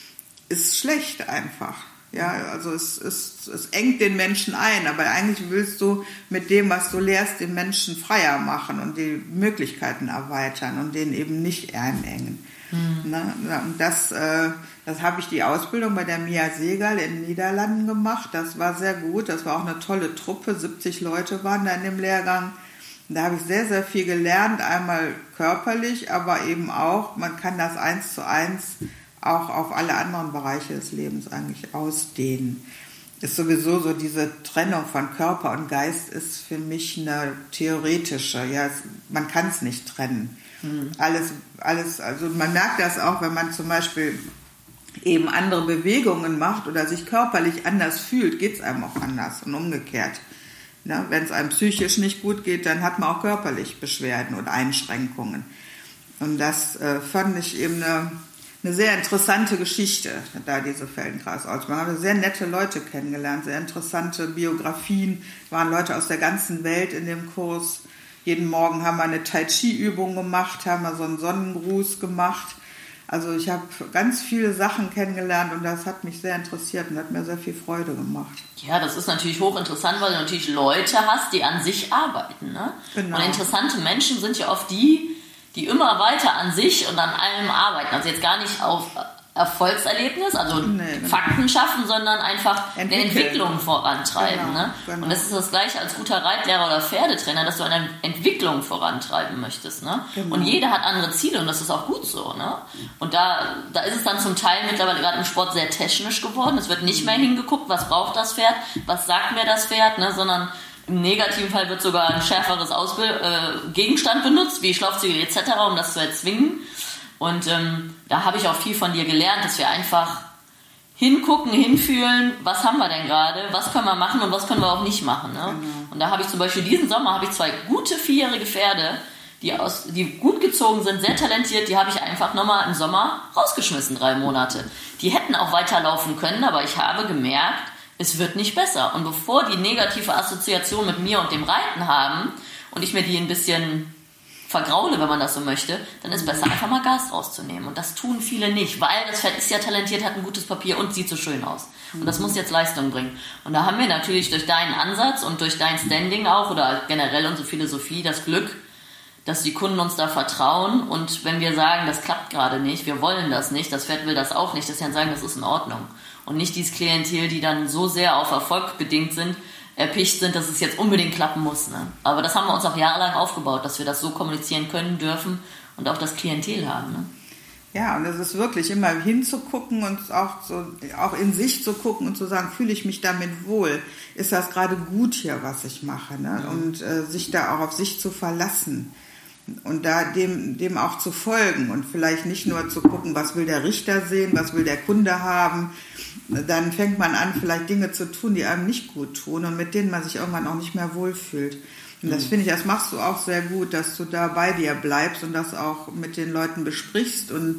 A: ist schlecht einfach. Ja, also es, es, es engt den Menschen ein, aber eigentlich willst du mit dem, was du lehrst, den Menschen freier machen und die Möglichkeiten erweitern und den eben nicht einengen. Mhm. Ne? Und das, äh, das habe ich die Ausbildung bei der Mia Segal in den Niederlanden gemacht. Das war sehr gut, das war auch eine tolle Truppe, siebzig Leute waren da in dem Lehrgang. Und da habe ich sehr, sehr viel gelernt, einmal körperlich, aber eben auch, man kann das eins zu eins auch auf alle anderen Bereiche des Lebens eigentlich ausdehnen. Ist sowieso so, diese Trennung von Körper und Geist ist für mich eine theoretische. Ja, es, man kann es nicht trennen. Mhm. Alles, alles, also man merkt das auch, wenn man zum Beispiel eben andere Bewegungen macht oder sich körperlich anders fühlt, geht es einem auch anders und umgekehrt. Ja, wenn es einem psychisch nicht gut geht, dann hat man auch körperlich Beschwerden und Einschränkungen. Und das äh, fand ich eben eine Eine sehr interessante Geschichte, da diese Feldenkreisausbildung. Wir haben sehr nette Leute kennengelernt, sehr interessante Biografien, waren Leute aus der ganzen Welt in dem Kurs. Jeden Morgen haben wir eine Tai-Chi-Übung gemacht, haben wir so einen Sonnengruß gemacht. Also ich habe ganz viele Sachen kennengelernt und das hat mich sehr interessiert und hat mir sehr viel Freude gemacht.
B: Ja, das ist natürlich hochinteressant, weil du natürlich Leute hast, die an sich arbeiten. Ne? Genau. Und interessante Menschen sind ja oft die, die immer weiter an sich und an allem arbeiten. Also jetzt gar nicht auf Erfolgserlebnis, also nee, genau. Fakten schaffen, sondern einfach eine Entwicklung vorantreiben. Genau, ne? Genau. Und das ist das Gleiche als guter Reitlehrer oder Pferdetrainer, dass du eine Entwicklung vorantreiben möchtest. Ne? Genau. Und jeder hat andere Ziele und das ist auch gut so. Ne? Und da, da ist es dann zum Teil mittlerweile gerade im Sport sehr technisch geworden. Es wird nicht mehr hingeguckt, was braucht das Pferd, was sagt mir das Pferd, ne? Sondern im negativen Fall wird sogar ein schärferes Ausbild, äh, Gegenstand benutzt, wie Schlauchzügel et cetera, um das zu erzwingen. Und ähm, da habe ich auch viel von dir gelernt, dass wir einfach hingucken, hinfühlen, was haben wir denn gerade, was können wir machen und was können wir auch nicht machen. Ne? Genau. Und da habe ich zum Beispiel diesen Sommer habe ich zwei gute vierjährige Pferde, die, aus, die gut gezogen sind, sehr talentiert, die habe ich einfach nochmal im Sommer rausgeschmissen, drei Monate. Die hätten auch weiterlaufen können, aber ich habe gemerkt, es wird nicht besser. Und bevor die negative Assoziation mit mir und dem Reiten haben und ich mir die ein bisschen vergraule, wenn man das so möchte, dann ist es besser, einfach mal Gas rauszunehmen. Und das tun viele nicht, weil das Pferd ist ja talentiert, hat ein gutes Papier und sieht so schön aus. Und das muss jetzt Leistung bringen. Und da haben wir natürlich durch deinen Ansatz und durch dein Standing auch oder generell unsere Philosophie das Glück, dass die Kunden uns da vertrauen. Und wenn wir sagen, das klappt gerade nicht, wir wollen das nicht, das Pferd will das auch nicht, dass sie dann sagen, das ist in Ordnung. Und nicht dieses Klientel, die dann so sehr auf Erfolg bedingt sind, erpicht sind, dass es jetzt unbedingt klappen muss. Ne? Aber das haben wir uns auch jahrelang aufgebaut, dass wir das so kommunizieren können, dürfen und auch das Klientel haben. Ne?
A: Ja, und es ist wirklich immer hinzugucken und auch, so, auch in sich zu gucken und zu sagen, fühle ich mich damit wohl? Ist das gerade gut hier, was ich mache? Ne? Mhm. Und äh, sich da auch auf sich zu verlassen. Und da dem, dem auch zu folgen und vielleicht nicht nur zu gucken, was will der Richter sehen, was will der Kunde haben. Dann fängt man an, vielleicht Dinge zu tun, die einem nicht gut tun und mit denen man sich irgendwann auch nicht mehr wohlfühlt. Und das finde ich, das machst du auch sehr gut, dass du da bei dir bleibst und das auch mit den Leuten besprichst und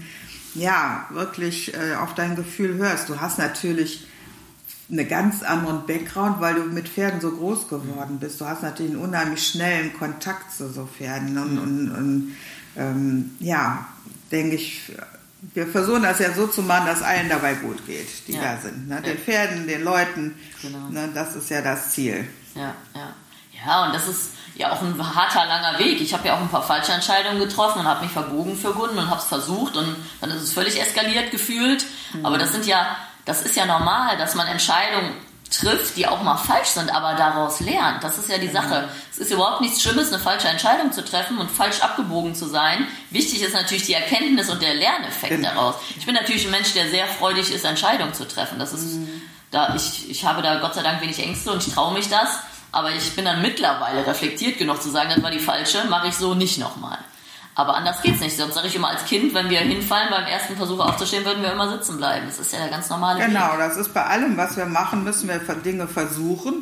A: ja, wirklich äh, auf dein Gefühl hörst. Du hast natürlich einen ganz anderen Background, weil du mit Pferden so groß geworden bist. Du hast natürlich einen unheimlich schnellen Kontakt zu so Pferden. Und, und, und ähm, ja, denke ich, wir versuchen das ja so zu machen, dass allen dabei gut geht, die ja. da sind. Ne? Den Pferden, den Leuten, genau. ne? Das ist ja das Ziel.
B: Ja, ja. Ja, und das ist ja auch ein harter, langer Weg. Ich habe ja auch ein paar falsche Entscheidungen getroffen und habe mich verbogen für Kunden und habe es versucht und dann ist es völlig eskaliert gefühlt. Mhm. Aber das sind ja Das ist ja normal, dass man Entscheidungen trifft, die auch mal falsch sind, aber daraus lernt. Das ist ja die Sache. Es ist überhaupt nichts Schlimmes, eine falsche Entscheidung zu treffen und falsch abgebogen zu sein. Wichtig ist natürlich die Erkenntnis und der Lerneffekt genau. daraus. Ich bin natürlich ein Mensch, der sehr freudig ist, Entscheidungen zu treffen. Das ist, mhm. da ich, ich habe da Gott sei Dank wenig Ängste und ich traue mich das. Aber ich bin dann mittlerweile reflektiert genug zu sagen, das war die falsche, mache ich so nicht nochmal. Aber anders geht's nicht. Sonst sage ich immer als Kind, wenn wir hinfallen, beim ersten Versuch aufzustehen, würden wir immer sitzen bleiben. Das ist ja der ganz normale Weg.
A: Genau, das ist bei allem, was wir machen, müssen wir Dinge versuchen.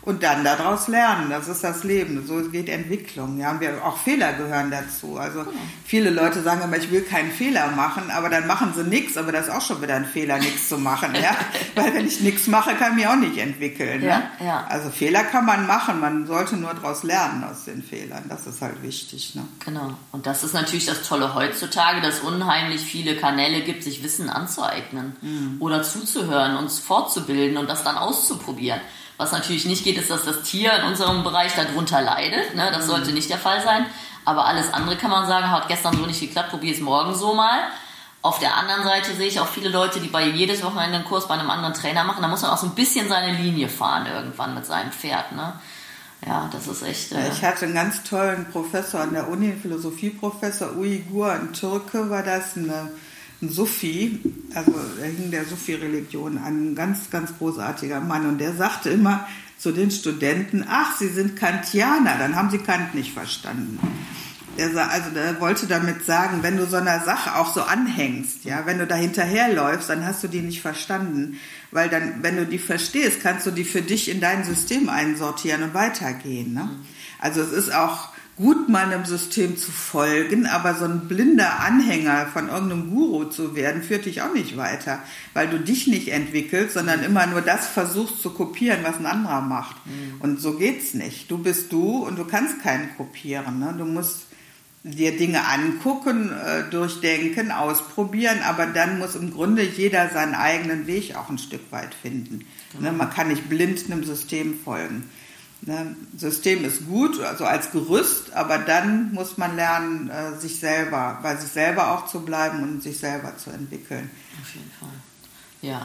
A: Und dann daraus lernen, das ist das Leben, so geht Entwicklung. Ja, und wir, auch Fehler gehören dazu. Also genau. Viele Leute sagen immer, ich will keinen Fehler machen, aber dann machen sie nichts, aber das ist auch schon wieder ein Fehler, nichts zu machen. Ja? Weil wenn ich nichts mache, kann ich mich auch nicht entwickeln.
B: Ja,
A: ne?
B: ja.
A: Also Fehler kann man machen, man sollte nur daraus lernen aus den Fehlern. Das ist halt wichtig. Ne?
B: Genau. Und das ist natürlich das Tolle heutzutage, dass es unheimlich viele Kanäle gibt, sich Wissen anzueignen mhm. oder zuzuhören, uns fortzubilden und das dann auszuprobieren. Was natürlich nicht geht, ist, dass das Tier in unserem Bereich darunter leidet. Ne? Das sollte nicht der Fall sein. Aber alles andere kann man sagen, hat gestern so nicht geklappt, probiere es morgen so mal. Auf der anderen Seite sehe ich auch viele Leute, die bei jedes Wochenende einen Kurs bei einem anderen Trainer machen. Da muss man auch so ein bisschen seine Linie fahren irgendwann mit seinem Pferd. Ne? Ja, das ist echt... Äh
A: ich hatte einen ganz tollen Professor an der Uni, einen Philosophieprofessor, Uigur, ein Türke war das, eine... ein Sufi, also er hing der Sufi-Religion an, ein ganz, ganz großartiger Mann. Und der sagte immer zu den Studenten, ach, Sie sind Kantianer, dann haben Sie Kant nicht verstanden. Der, also der wollte damit sagen, wenn du so einer Sache auch so anhängst, ja, wenn du da hinterherläufst, dann hast du die nicht verstanden. Weil dann, wenn du die verstehst, kannst du die für dich in dein System einsortieren und weitergehen. Ne? Also es ist auch gut, mal einem System zu folgen, aber so ein blinder Anhänger von irgendeinem Guru zu werden, führt dich auch nicht weiter, weil du dich nicht entwickelst, sondern immer nur das versuchst zu kopieren, was ein anderer macht. Mhm. Und so geht's nicht. Du bist du und du kannst keinen kopieren. Ne? Du musst dir Dinge angucken, äh, durchdenken, ausprobieren, aber dann muss im Grunde jeder seinen eigenen Weg auch ein Stück weit finden. Mhm. Ne? Man kann nicht blind einem System folgen. Ne, System ist gut, also als Gerüst, aber dann muss man lernen, sich selber, bei sich selber auch zu bleiben und sich selber zu entwickeln.
B: Auf jeden Fall. Ja.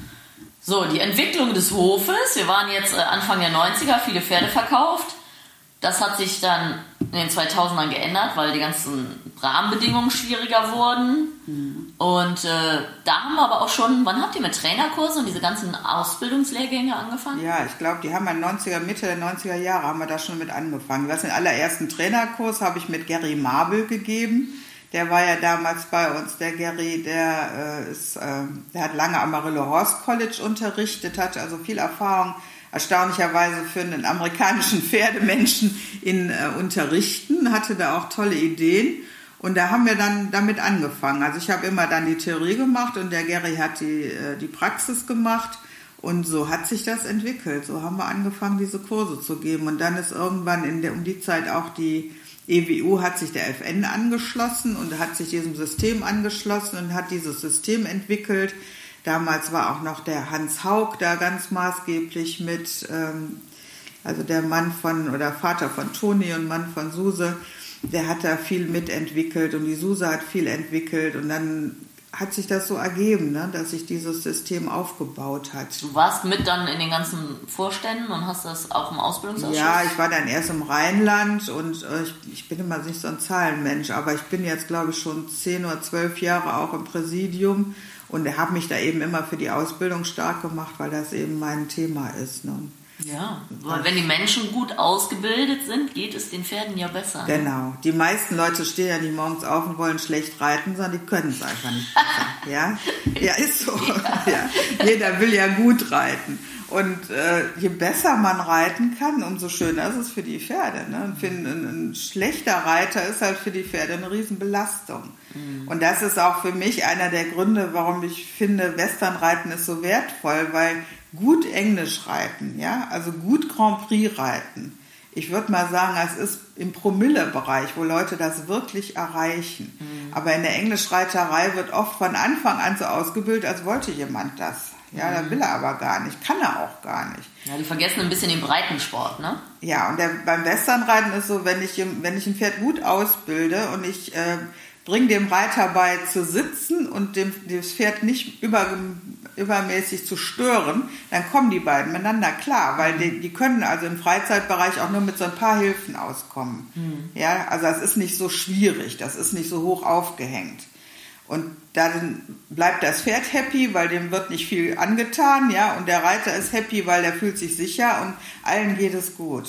B: So, die Entwicklung des Hofes. Wir waren jetzt Anfang der neunziger, viele Pferde verkauft. Das hat sich dann in den zweitausendern geändert, weil die ganzen Rahmenbedingungen schwieriger wurden. Mhm. Und äh, da haben wir aber auch schon, wann habt ihr mit Trainerkursen und diese ganzen Ausbildungslehrgänge angefangen?
A: Ja, ich glaube, die haben wir neunziger, Mitte der neunziger Jahre haben wir da schon mit angefangen. Was den allerersten Trainerkurs habe ich mit Gary Mabel gegeben. Der war ja damals bei uns, der Gary, der, äh, ist, äh, der hat lange am Amarillo Horse College unterrichtet, hat also viel Erfahrung, erstaunlicherweise für einen amerikanischen Pferdemenschen in äh, Unterrichten, hatte da auch tolle Ideen und da haben wir dann damit angefangen. Also ich habe immer dann die Theorie gemacht und der Gary hat die, äh, die Praxis gemacht und so hat sich das entwickelt. So haben wir angefangen, diese Kurse zu geben und dann ist irgendwann in der, um die Zeit auch die E W U hat sich der F N angeschlossen und hat sich diesem System angeschlossen und hat dieses System entwickelt. Damals war auch noch der Hans Haug da ganz maßgeblich mit, ähm, also der Mann von, oder Vater von Toni und Mann von Suse, der hat da viel mitentwickelt und die Suse hat viel entwickelt und dann hat sich das so ergeben, ne, dass sich dieses System aufgebaut hat.
B: Du warst mit dann in den ganzen Vorständen und hast das auch im Ausbildungsausschuss?
A: Ja, ich war dann erst im Rheinland und äh, ich, ich bin immer nicht so ein Zahlenmensch, aber ich bin jetzt, glaube ich, schon zehn oder zwölf Jahre auch im Präsidium und habe mich da eben immer für die Ausbildung stark gemacht, weil das eben mein Thema ist. Ne?
B: Ja, weil wenn die Menschen gut ausgebildet sind, geht es den Pferden ja besser.
A: Genau. Die meisten Leute stehen ja nicht morgens auf und wollen schlecht reiten, sondern die können es einfach nicht besser. Ja? Ja, ist so. Ja. Ja. Jeder will ja gut reiten. Und äh, je besser man reiten kann, umso schöner ist es für die Pferde. Ne? Für ein, ein schlechter Reiter ist halt für die Pferde eine Riesenbelastung. Mhm. Und das ist auch für mich einer der Gründe, warum ich finde, Westernreiten ist so wertvoll, weil gut Englisch reiten, ja, also gut Grand Prix reiten. Ich würde mal sagen, es ist im Promille-Bereich, wo Leute das wirklich erreichen. Mhm. Aber in der Englischreiterei wird oft von Anfang an so ausgebildet, als wollte jemand das. Ja, mhm. da will er aber gar nicht, kann er auch gar nicht.
B: Ja, die vergessen ein bisschen den Breitensport, ne?
A: Ja, und der, beim Westernreiten ist so, wenn ich, wenn ich ein Pferd gut ausbilde und ich äh, bringe dem Reiter bei zu sitzen und dem, das Pferd nicht über, übermäßig zu stören, dann kommen die beiden miteinander klar, weil die, die können also im Freizeitbereich auch nur mit so ein paar Hilfen auskommen. Mhm. Ja, also das ist nicht so schwierig, das ist nicht so hoch aufgehängt. Und dann bleibt das Pferd happy, weil dem wird nicht viel angetan, ja, und der Reiter ist happy, weil er fühlt sich sicher und allen geht es gut.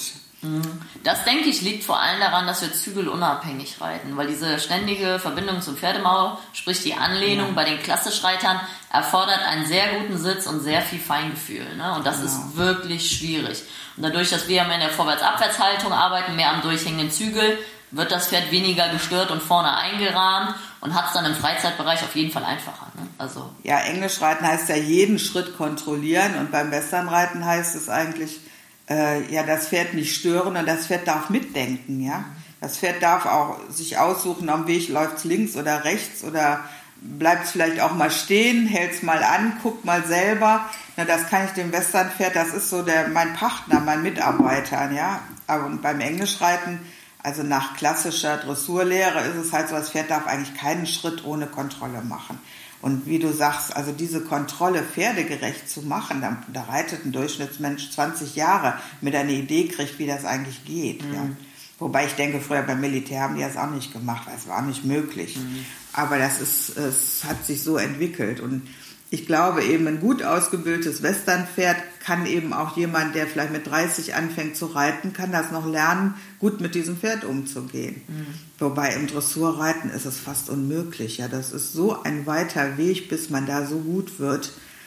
B: Das, denke ich, liegt vor allem daran, dass wir zügelunabhängig reiten, weil diese ständige Verbindung zum Pferdemaul, sprich die Anlehnung ja. bei den Klassischreitern, erfordert einen sehr guten Sitz und sehr viel Feingefühl. Ne? Und das genau. ist wirklich schwierig. Und dadurch, dass wir in der Vorwärts-Abwärts-Haltung arbeiten, mehr am durchhängenden Zügel, wird das Pferd weniger gestört und vorne eingerahmt und hat es dann im Freizeitbereich auf jeden Fall einfacher. Ne? Also
A: ja, Englischreiten heißt ja jeden Schritt kontrollieren und beim Westernreiten heißt es eigentlich, äh, ja, das Pferd nicht stören und das Pferd darf mitdenken. Ja? Das Pferd darf auch sich aussuchen, am Weg läuft es links oder rechts oder bleibt es vielleicht auch mal stehen, hält es mal an, guckt mal selber. Na, das kann ich dem Westernpferd, das ist so der, mein Partner, mein Mitarbeiter. Ja? Aber beim Englischreiten, also nach klassischer Dressurlehre ist es halt so, das Pferd darf eigentlich keinen Schritt ohne Kontrolle machen. Und wie du sagst, also diese Kontrolle pferdegerecht zu machen, da, da reitet ein Durchschnittsmensch zwanzig Jahre, mit einer Idee kriegt, wie das eigentlich geht. Mhm. Ja. Wobei ich denke, früher beim Militär haben die das auch nicht gemacht, weil es war nicht möglich. Mhm. Aber das ist, es hat sich so entwickelt. Und ich glaube eben, ein gut ausgebildetes Westernpferd kann eben auch jemand, der vielleicht mit dreißig anfängt zu reiten, kann das noch lernen, gut mit diesem Pferd umzugehen. Mhm. Wobei im Dressurreiten ist es fast unmöglich. Ja, das ist so ein weiter Weg, bis man da so gut wird,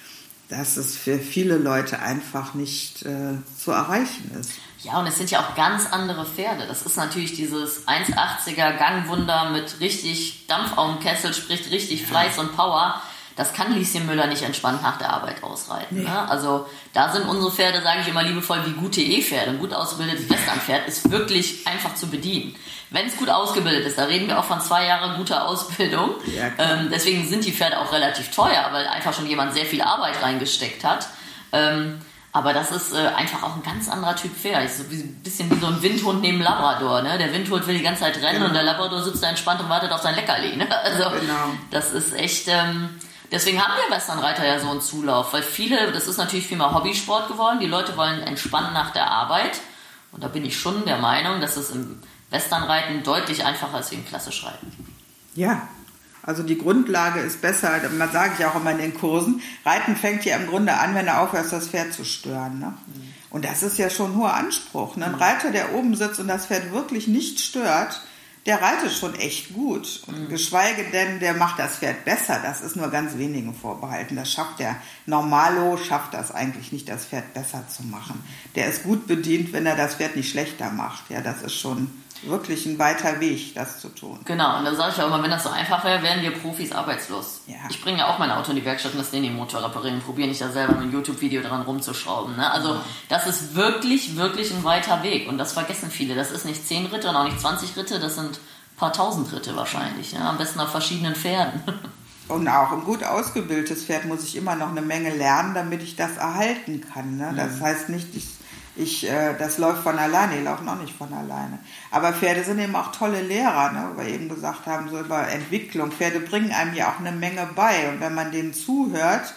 A: dass es für viele Leute einfach nicht äh, zu erreichen ist.
B: Ja, und es sind ja auch ganz andere Pferde. Das ist natürlich dieses eins achtziger Gangwunder mit richtig Dampf auf dem Kessel, sprich richtig ja. Fleiß und Power. Das kann Lieschen Müller nicht entspannt nach der Arbeit ausreiten. Nee. Ne? Also da sind unsere Pferde, sage ich immer liebevoll, wie gute E-Pferde. Ein gut ausgebildetes Westernpferd ist wirklich einfach zu bedienen. Wenn es gut ausgebildet ist, da reden wir auch von zwei Jahren guter Ausbildung. Ja, ähm, deswegen sind die Pferde auch relativ teuer, weil einfach schon jemand sehr viel Arbeit reingesteckt hat. Ähm, aber das ist äh, einfach auch ein ganz anderer Typ Pferd. So ein bisschen wie so ein Windhund neben Labrador. Ne? Der Windhund will die ganze Zeit rennen genau. und der Labrador sitzt da entspannt und wartet auf sein Leckerli. Ne? Also genau. das ist echt... Ähm, Deswegen haben wir Westernreiter ja so einen Zulauf, weil viele, das ist natürlich viel mehr Hobbysport geworden, die Leute wollen entspannen nach der Arbeit und da bin ich schon der Meinung, dass es im Westernreiten deutlich einfacher ist wie im Klassischreiten.
A: Ja, also die Grundlage ist besser, man sage ich auch immer in den Kursen, Reiten fängt ja im Grunde an, wenn du aufhörst, das Pferd zu stören. Ne? Mhm. Und das ist ja schon ein hoher Anspruch. Ne? Ein Reiter, der oben sitzt und das Pferd wirklich nicht stört, der reitet schon echt gut. Und mhm. geschweige denn, der macht das Pferd besser. Das ist nur ganz wenigen vorbehalten. Das schafft der Normalo, schafft das eigentlich nicht, das Pferd besser zu machen. Der ist gut bedient, wenn er das Pferd nicht schlechter macht. Ja, das ist schon wirklich ein weiter Weg, das zu tun.
B: Genau, und da sage ich auch immer, wenn das so einfach wäre, wären wir Profis arbeitslos. Ja. Ich bringe ja auch mein Auto in die Werkstatt und das den Motor reparieren, probiere nicht da selber mit einem YouTube-Video dran rumzuschrauben. Ne? Also ja. das ist wirklich, wirklich ein weiter Weg und das vergessen viele. Das ist nicht zehn Ritte und auch nicht zwanzig Ritte, das sind ein paar tausend Ritte wahrscheinlich. Ja? Am besten auf verschiedenen Pferden.
A: Und auch ein gut ausgebildetes Pferd muss ich immer noch eine Menge lernen, damit ich das erhalten kann. Ne? Das mhm. heißt nicht, ich Ich, äh, das läuft von alleine, die laufen auch nicht von alleine. Aber Pferde sind eben auch tolle Lehrer, ne? Weil wir eben gesagt haben, so über Entwicklung. Pferde bringen einem ja auch eine Menge bei. Und wenn man denen zuhört,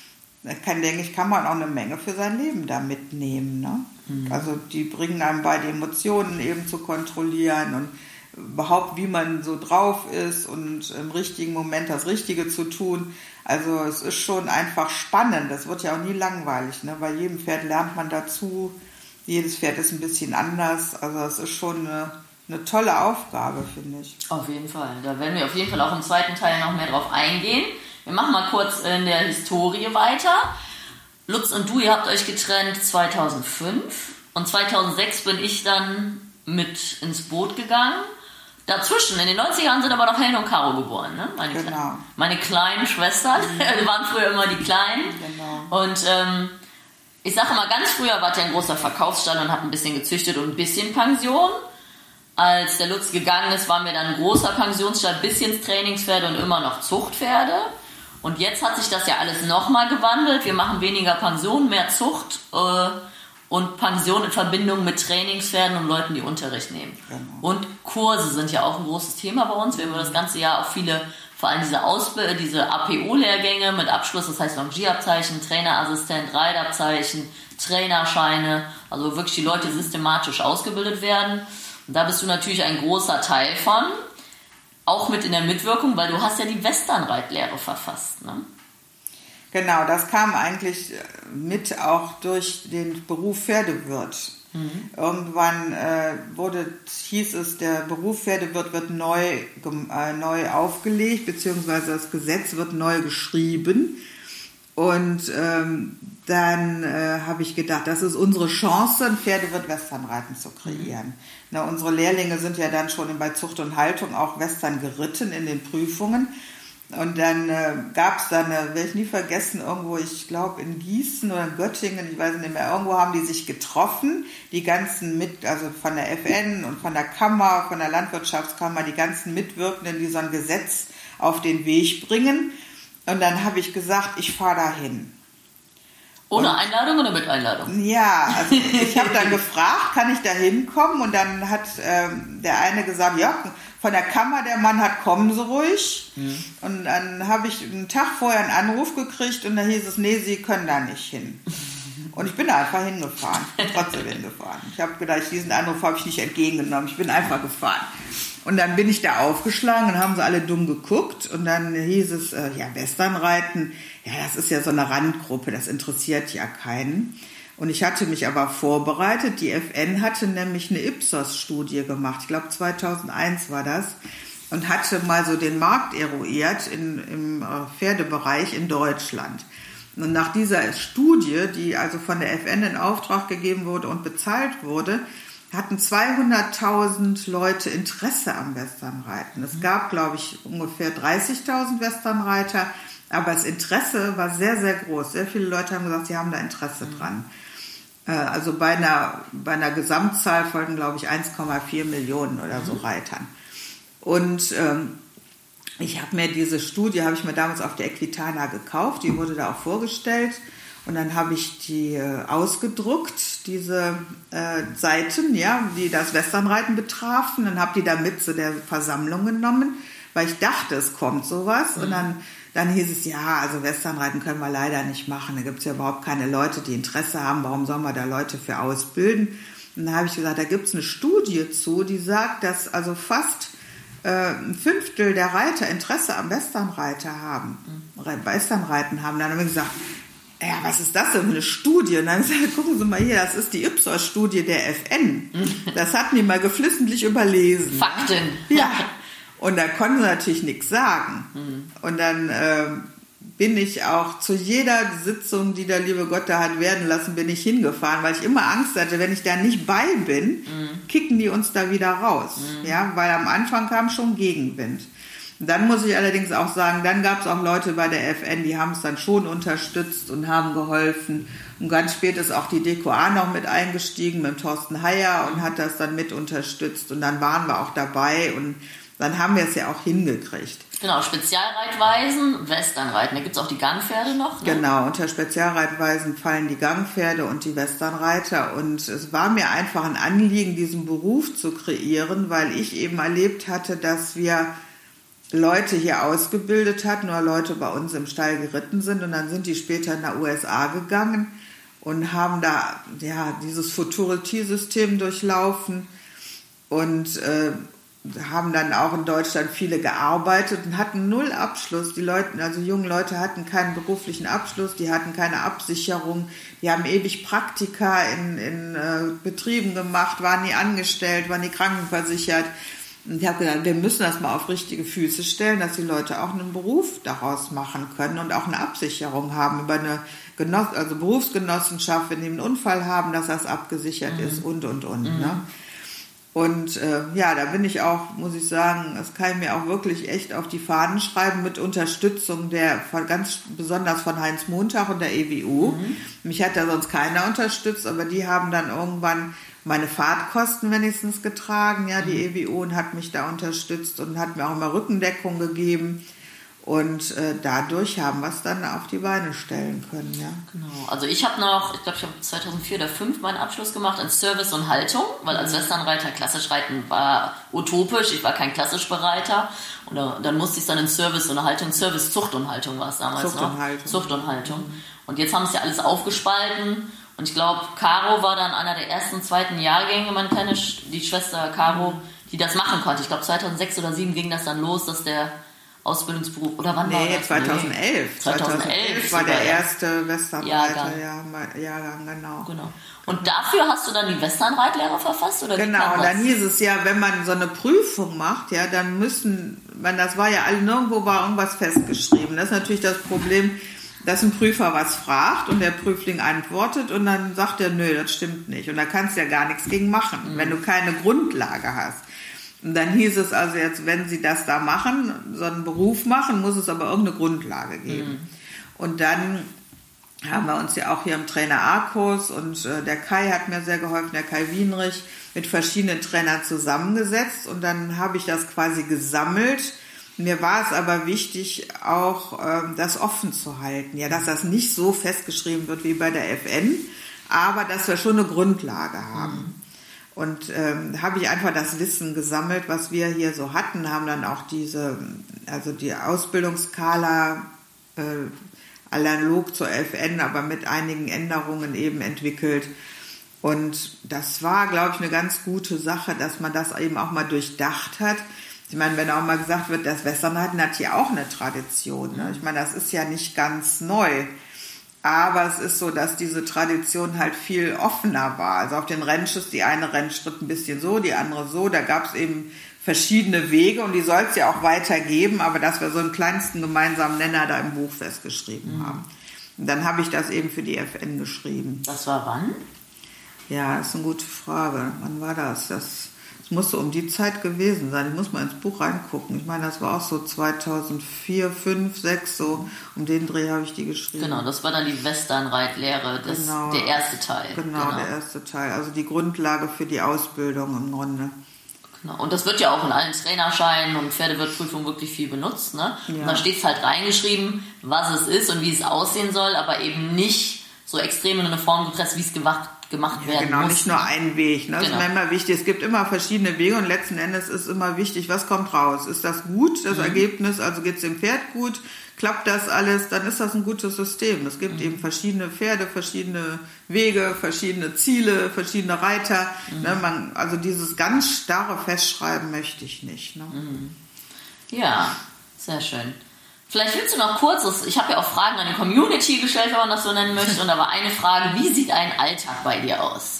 A: kann, denke ich, kann man auch eine Menge für sein Leben da mitnehmen. Ne? Mhm. Also die bringen einem bei, die Emotionen eben zu kontrollieren und überhaupt, wie man so drauf ist und im richtigen Moment das Richtige zu tun. Also es ist schon einfach spannend. Das wird ja auch nie langweilig. Ne? Bei jedem Pferd lernt man dazu. Jedes Pferd ist ein bisschen anders. Also es ist schon eine, eine tolle Aufgabe, finde ich.
B: Auf jeden Fall. Da werden wir auf jeden Fall auch im zweiten Teil noch mehr drauf eingehen. Wir machen mal kurz in der Historie weiter. Lutz und du, ihr habt euch getrennt zweitausendfünf. Und zweitausendsechs bin ich dann mit ins Boot gegangen. Dazwischen, in den neunziger Jahren sind aber noch Helen und Caro geboren. Ne? Meine, genau. Kle- meine kleinen Schwestern. Mhm. Die waren früher immer die Kleinen. Genau. Und ähm, ich sage mal, ganz früher war der ein großer Verkaufsstall und habe ein bisschen gezüchtet und ein bisschen Pension. Als der Lutz gegangen ist, waren wir dann ein großer Pensionsstall, bisschen Trainingspferde und immer noch Zuchtpferde. Und jetzt hat sich das ja alles nochmal gewandelt. Wir machen weniger Pension, mehr Zucht äh, und Pension in Verbindung mit Trainingspferden und Leuten, die Unterricht nehmen. Genau. Und Kurse sind ja auch ein großes Thema bei uns. Wir haben das ganze Jahr auch viele, vor allem diese Ausbildung, diese A P O-Lehrgänge mit Abschluss, das heißt Longierabzeichen, Trainerassistent, Reitabzeichen, Trainerscheine, also wirklich die Leute systematisch ausgebildet werden. Und da bist du natürlich ein großer Teil von, auch mit in der Mitwirkung, weil du hast ja die Westernreitlehre verfasst, ne?
A: Genau, das kam eigentlich mit auch durch den Beruf Pferdewirt. Mhm. Irgendwann äh, wurde, hieß es, der Beruf Pferdewirt wird neu, äh, neu aufgelegt, beziehungsweise das Gesetz wird neu geschrieben. Und ähm, dann äh, habe ich gedacht, das ist unsere Chance, ein Pferdewirt Westernreiten zu kreieren. Mhm. Na, unsere Lehrlinge sind ja dann schon bei Zucht und Haltung auch Western geritten in den Prüfungen. Und dann äh, gab es dann, äh, werde ich nie vergessen, irgendwo, ich glaube in Gießen oder in Göttingen, ich weiß nicht mehr, irgendwo haben die sich getroffen, die ganzen mit, also von der F N und von der Kammer, von der Landwirtschaftskammer, die ganzen Mitwirkenden, die so ein Gesetz auf den Weg bringen. Und dann habe ich gesagt, ich fahre dahin.
B: Ohne
A: und,
B: Einladung oder mit Einladung?
A: Ja, also ich habe dann gefragt, kann ich da hinkommen? Und dann hat ähm, der eine gesagt, ja, von der Kammer, der Mann hat, kommen Sie ruhig. Mhm. Und dann habe ich einen Tag vorher einen Anruf gekriegt und da hieß es, nee, Sie können da nicht hin. Und ich bin da einfach hingefahren, ich bin trotzdem hingefahren. Ich habe gedacht, diesen Anruf habe ich nicht entgegengenommen, ich bin einfach gefahren. Und dann bin ich da aufgeschlagen und haben sie alle dumm geguckt und dann hieß es, äh, ja, Westernreiten, ja, das ist ja so eine Randgruppe, das interessiert ja keinen. Und ich hatte mich aber vorbereitet, die F N hatte nämlich eine Ipsos-Studie gemacht, ich glaube zweitausendeins war das, und hatte mal so den Markt eruiert in, im äh, Pferdebereich in Deutschland. Und nach dieser Studie, die also von der F N in Auftrag gegeben wurde und bezahlt wurde, hatten zweihunderttausend Leute Interesse am Westernreiten. Es gab, glaube ich, ungefähr dreißigtausend Westernreiter, aber das Interesse war sehr, sehr groß. Sehr viele Leute haben gesagt, sie haben da Interesse dran. Also bei einer, bei einer Gesamtzahl von, glaube ich, eins Komma vier Millionen oder so Reitern. Und ähm, ich habe mir diese Studie, habe ich mir damals auf der Equitana gekauft, die wurde da auch vorgestellt. Und dann habe ich die äh, ausgedruckt, diese äh, Seiten, ja, die das Westernreiten betrafen. Dann habe die da mit zu der Versammlung genommen, weil ich dachte, es kommt sowas. Mhm. Und dann, dann hieß es, ja, also Westernreiten können wir leider nicht machen. Da gibt es ja überhaupt keine Leute, die Interesse haben. Warum sollen wir da Leute für ausbilden? Und dann habe ich gesagt, da gibt es eine Studie zu, die sagt, dass also fast äh, ein Fünftel der Reiter Interesse am Westernreiter haben, mhm. Westernreiten haben. Dann haben wir gesagt, ja, was ist das denn für eine Studie? Und dann haben wir gesagt, gucken Sie mal hier, das ist die Ipsos-Studie der F N. Das hatten die mal geflissentlich überlesen.
B: Fakten.
A: Ja. Und da konnten sie natürlich nichts sagen. Mhm. Und dann äh, bin ich auch zu jeder Sitzung, die der liebe Gott da hat werden lassen, bin ich hingefahren, weil ich immer Angst hatte, wenn ich da nicht bei bin, mhm. kicken die uns da wieder raus. Mhm. Ja, weil am Anfang kam schon Gegenwind. Dann muss ich allerdings auch sagen, dann gab es auch Leute bei der F N, die haben es dann schon unterstützt und haben geholfen. Und ganz spät ist auch die D Q A noch mit eingestiegen mit Thorsten Heyer und hat das dann mit unterstützt. Und dann waren wir auch dabei und dann haben wir es ja auch hingekriegt.
B: Genau, Spezialreitweisen, Westernreiten. Da gibt es auch die Gangpferde noch. Ne?
A: Genau, unter Spezialreitweisen fallen die Gangpferde und die Westernreiter. Und es war mir einfach ein Anliegen, diesen Beruf zu kreieren, weil ich eben erlebt hatte, dass wir Leute hier ausgebildet hatten oder Leute bei uns im Stall geritten sind und dann sind die später nach U S A gegangen und haben da ja dieses Futurity-System durchlaufen und äh, haben dann auch in Deutschland viele gearbeitet und hatten null Abschluss. Die Leute, also junge Leute hatten keinen beruflichen Abschluss, die hatten keine Absicherung, die haben ewig Praktika in, in äh, Betrieben gemacht, waren nie angestellt, waren nie krankenversichert. Und ich habe gedacht, wir müssen das mal auf richtige Füße stellen, dass die Leute auch einen Beruf daraus machen können und auch eine Absicherung haben über eine Genoss- also Berufsgenossenschaft, wenn die einen Unfall haben, dass das abgesichert mhm. ist und, und, und. Mhm. Ne? Und äh, ja, da bin ich auch, muss ich sagen, das kann ich mir auch wirklich echt auf die Fahnen schreiben mit Unterstützung der, von, ganz besonders von Heinz Montag und der E W U. Mhm. Mich hat da sonst keiner unterstützt, aber die haben dann irgendwann meine Fahrtkosten wenigstens getragen, ja, die mhm. E W U, und hat mich da unterstützt und hat mir auch immer Rückendeckung gegeben. Und äh, dadurch haben wir es dann auf die Beine stellen können, ja.
B: Genau. Also ich habe noch, ich glaube, ich habe zweitausendvier oder zweitausendfünf meinen Abschluss gemacht in Service und Haltung, weil als Westernreiter klassisch reiten war utopisch, ich war kein klassischer Reiter. Und dann musste ich dann in Service und Haltung, Service, Zucht und Haltung war es damals
A: Zucht
B: noch.
A: Und Haltung.
B: Zucht und Haltung. Mhm. Und jetzt haben es ja alles aufgespalten. Und ich glaube, Caro war dann einer der ersten, zweiten Jahrgänge, meine kleine, die Schwester Caro, die das machen konnte. Ich glaube, zweitausendsechs oder zweitausendsieben ging das dann los, dass der Ausbildungsberuf, oder wann
A: nee,
B: war das?
A: zweitausendelf.
B: Nee. zweitausendelf
A: war der
B: sogar,
A: erste Westernreiter,
B: Jahrgang.
A: ja, Jahrgang, genau.
B: genau. Und dafür hast du dann die Westernreitlehre verfasst? Oder
A: genau, und dann hieß es ja, wenn man so eine Prüfung macht, ja, dann müssen, man, das war ja alle, nirgendwo war irgendwas festgeschrieben. Das ist natürlich das Problem, dass ein Prüfer was fragt und der Prüfling antwortet und dann sagt er, nö, das stimmt nicht. Und da kannst du ja gar nichts gegen machen, mhm. wenn du keine Grundlage hast. Und dann hieß es also jetzt, wenn sie das da machen, so einen Beruf machen, muss es aber irgendeine Grundlage geben. Mhm. Und dann haben wir uns ja auch hier im Trainer A-Kurs und äh, der Kai hat mir sehr geholfen, der Kai Wienrich, mit verschiedenen Trainern zusammengesetzt und dann habe ich das quasi gesammelt. Mir war es aber wichtig, auch ähm, das offen zu halten, ja, dass das nicht so festgeschrieben wird wie bei der F N, aber dass wir schon eine Grundlage haben. Mhm. Und ähm, habe ich einfach das Wissen gesammelt, was wir hier so hatten, haben dann auch diese, also die Ausbildungsskala äh, analog zur F N, aber mit einigen Änderungen eben entwickelt. Und das war, glaube ich, eine ganz gute Sache, dass man das eben auch mal durchdacht hat. Ich meine, wenn auch mal gesagt wird, das Westernreiten hat hier auch eine Tradition. Ne? Ich meine, das ist ja nicht ganz neu. Aber es ist so, dass diese Tradition halt viel offener war. Also auf den Ranches, die eine Ranch schritt ein bisschen so, die andere so. Da gab es eben verschiedene Wege und die soll es ja auch weitergeben, aber dass wir so einen kleinsten gemeinsamen Nenner da im Buch festgeschrieben mhm. haben. Und dann habe ich das eben für die F N geschrieben.
B: Das war wann?
A: Ja, das ist eine gute Frage. Wann war das? Das, das muss so um die Zeit gewesen sein. Ich muss mal ins Buch reingucken. Ich meine, das war auch so zweitausendvier, fünf, sechs, so um den Dreh habe ich die geschrieben.
B: Genau, das war dann die Westernreitlehre, das,
A: genau,
B: der erste Teil.
A: Genau, genau, der erste Teil. Also die Grundlage für die Ausbildung im Grunde.
B: Genau. Und das wird ja auch in allen Trainerscheinen und Pferdewirtprüfungen wirklich viel benutzt. Ne? Ja. Und da steht es halt reingeschrieben, was es ist und wie es aussehen soll, aber eben nicht so extrem in eine Form gepresst, wie es gemacht, gemacht ja, werden
A: genau,
B: muss.
A: Genau, nicht nur ein Weg. Ne? Das genau. ist immer wichtig. Es gibt immer verschiedene Wege und letzten Endes ist immer wichtig, was kommt raus. Ist das gut, das mhm. Ergebnis? Also geht es dem Pferd gut? Klappt das alles? Dann ist das ein gutes System. Es gibt mhm. eben verschiedene Pferde, verschiedene Wege, verschiedene Ziele, verschiedene Reiter. Mhm. Ne? Man, also dieses ganz starre Festschreiben möchte ich nicht. Ne?
B: Mhm. Ja, sehr schön. Vielleicht willst du noch kurz, ich habe ja auch Fragen an die Community gestellt, wenn man das so nennen möchte, und da war eine Frage, wie sieht ein Alltag bei dir aus?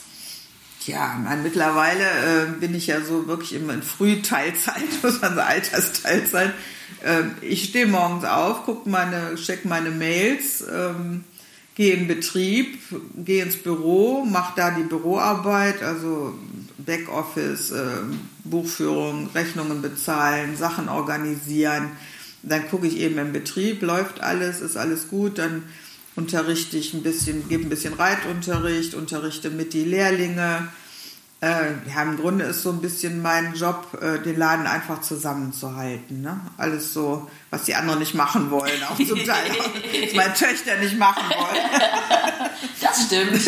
A: Ja, man, mittlerweile äh, bin ich ja so wirklich immer in Frühteilzeit, muss man so Altersteilzeit. Äh, ich stehe morgens auf, gucke meine, check meine Mails, ähm, gehe in Betrieb, gehe ins Büro, mache da die Büroarbeit, also Backoffice, äh, Buchführung, Rechnungen bezahlen, Sachen organisieren. Dann gucke ich eben im Betrieb, läuft alles, ist alles gut, dann unterrichte ich ein bisschen, gebe ein bisschen Reitunterricht, unterrichte mit die Lehrlinge. Äh, ja, im Grunde ist so ein bisschen mein Job, äh, den Laden einfach zusammenzuhalten. Ne? Alles so, was die anderen nicht machen wollen, auch zum Teil, was meine Töchter nicht machen wollen.
B: Das stimmt.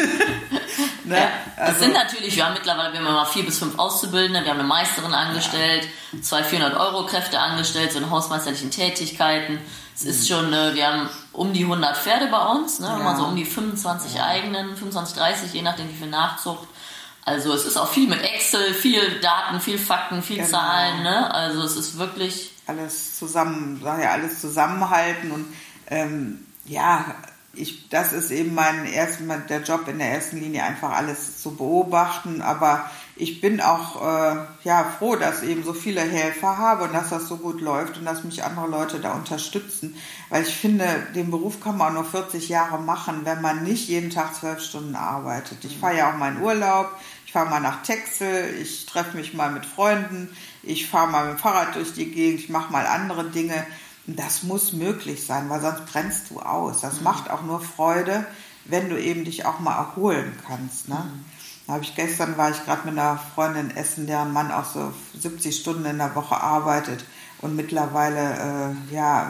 A: Ne?
B: Ja, das
A: also,
B: sind natürlich, wir haben mittlerweile, wir haben immer vier bis fünf Auszubildende, wir haben eine Meisterin angestellt, ja. zwei vierhundert Euro Kräfte angestellt, so in hausmeisterlichen Tätigkeiten. Es mhm. ist schon, wir haben um die hundert Pferde bei uns, ne? Ja. Immer so um die fünfundzwanzig ja. eigenen, fünfundzwanzig, dreißig, je nachdem wie viel Nachzucht. Also es ist auch viel mit Excel, viel Daten, viel Fakten, viel genau. Zahlen, ne? Also es ist wirklich...
A: Alles zusammen, sag ja, alles zusammenhalten und ähm, ja... Ich, das ist eben mein ersten, der Job in der ersten Linie, einfach alles zu beobachten. Aber ich bin auch äh, ja, froh, dass ich eben so viele Helfer habe und dass das so gut läuft und dass mich andere Leute da unterstützen. Weil ich finde, den Beruf kann man auch nur vierzig Jahre machen, wenn man nicht jeden Tag zwölf Stunden arbeitet. Ich fahre ja auch mal in Urlaub, ich fahre mal nach Texel, ich treffe mich mal mit Freunden, ich fahre mal mit dem Fahrrad durch die Gegend, ich mache mal andere Dinge. Das muss möglich sein, weil sonst brennst du aus. Das mhm. macht auch nur Freude, wenn du eben dich auch mal erholen kannst. Ne? Mhm. Da habe ich gestern war ich gerade mit einer Freundin essen, deren Mann auch so siebzig Stunden in der Woche arbeitet und mittlerweile äh, ja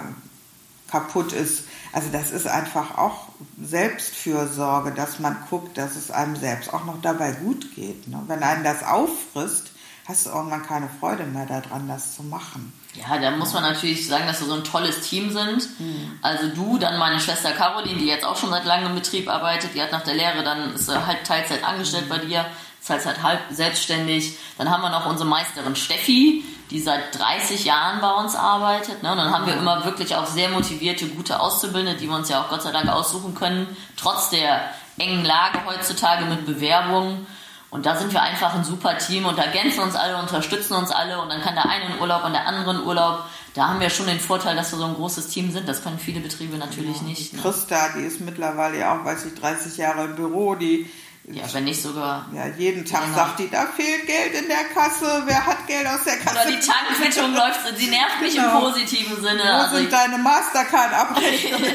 A: kaputt ist. Also das ist einfach auch Selbstfürsorge, dass man guckt, dass es einem selbst auch noch dabei gut geht. Ne? Wenn einen das auffrisst, hast du irgendwann keine Freude mehr daran, das zu machen.
B: Ja, da muss man natürlich sagen, dass wir so ein tolles Team sind. Mhm. Also du, dann meine Schwester Caroline, die jetzt auch schon seit langem im Betrieb arbeitet, die hat nach der Lehre, dann ist sie halt Teilzeit angestellt mhm. bei dir, ist halt, halt halb selbstständig. Dann haben wir noch unsere Meisterin Steffi, die seit dreißig Jahren bei uns arbeitet. Ne? Und dann haben wir immer wirklich auch sehr motivierte, gute Auszubildende, die wir uns ja auch Gott sei Dank aussuchen können, trotz der engen Lage heutzutage mit Bewerbungen. Und da sind wir einfach ein super Team und ergänzen uns alle, unterstützen uns alle und dann kann der eine in Urlaub und der andere in Urlaub. Da haben wir schon den Vorteil, dass wir so ein großes Team sind. Das können viele Betriebe natürlich ja, nicht.
A: Ne? Christa, die ist mittlerweile ja auch, weiß ich, dreißig Jahre im Büro, die
B: ja, wenn nicht sogar.
A: Ja, jeden Tag genau. sagt die, da fehlt Geld in der Kasse, wer hat Geld aus der Kasse?
B: Oder die Tankquittung läuft, sie nervt mich genau. im positiven Sinne.
A: Wo also sind deine Mastercard-Abrechnungen?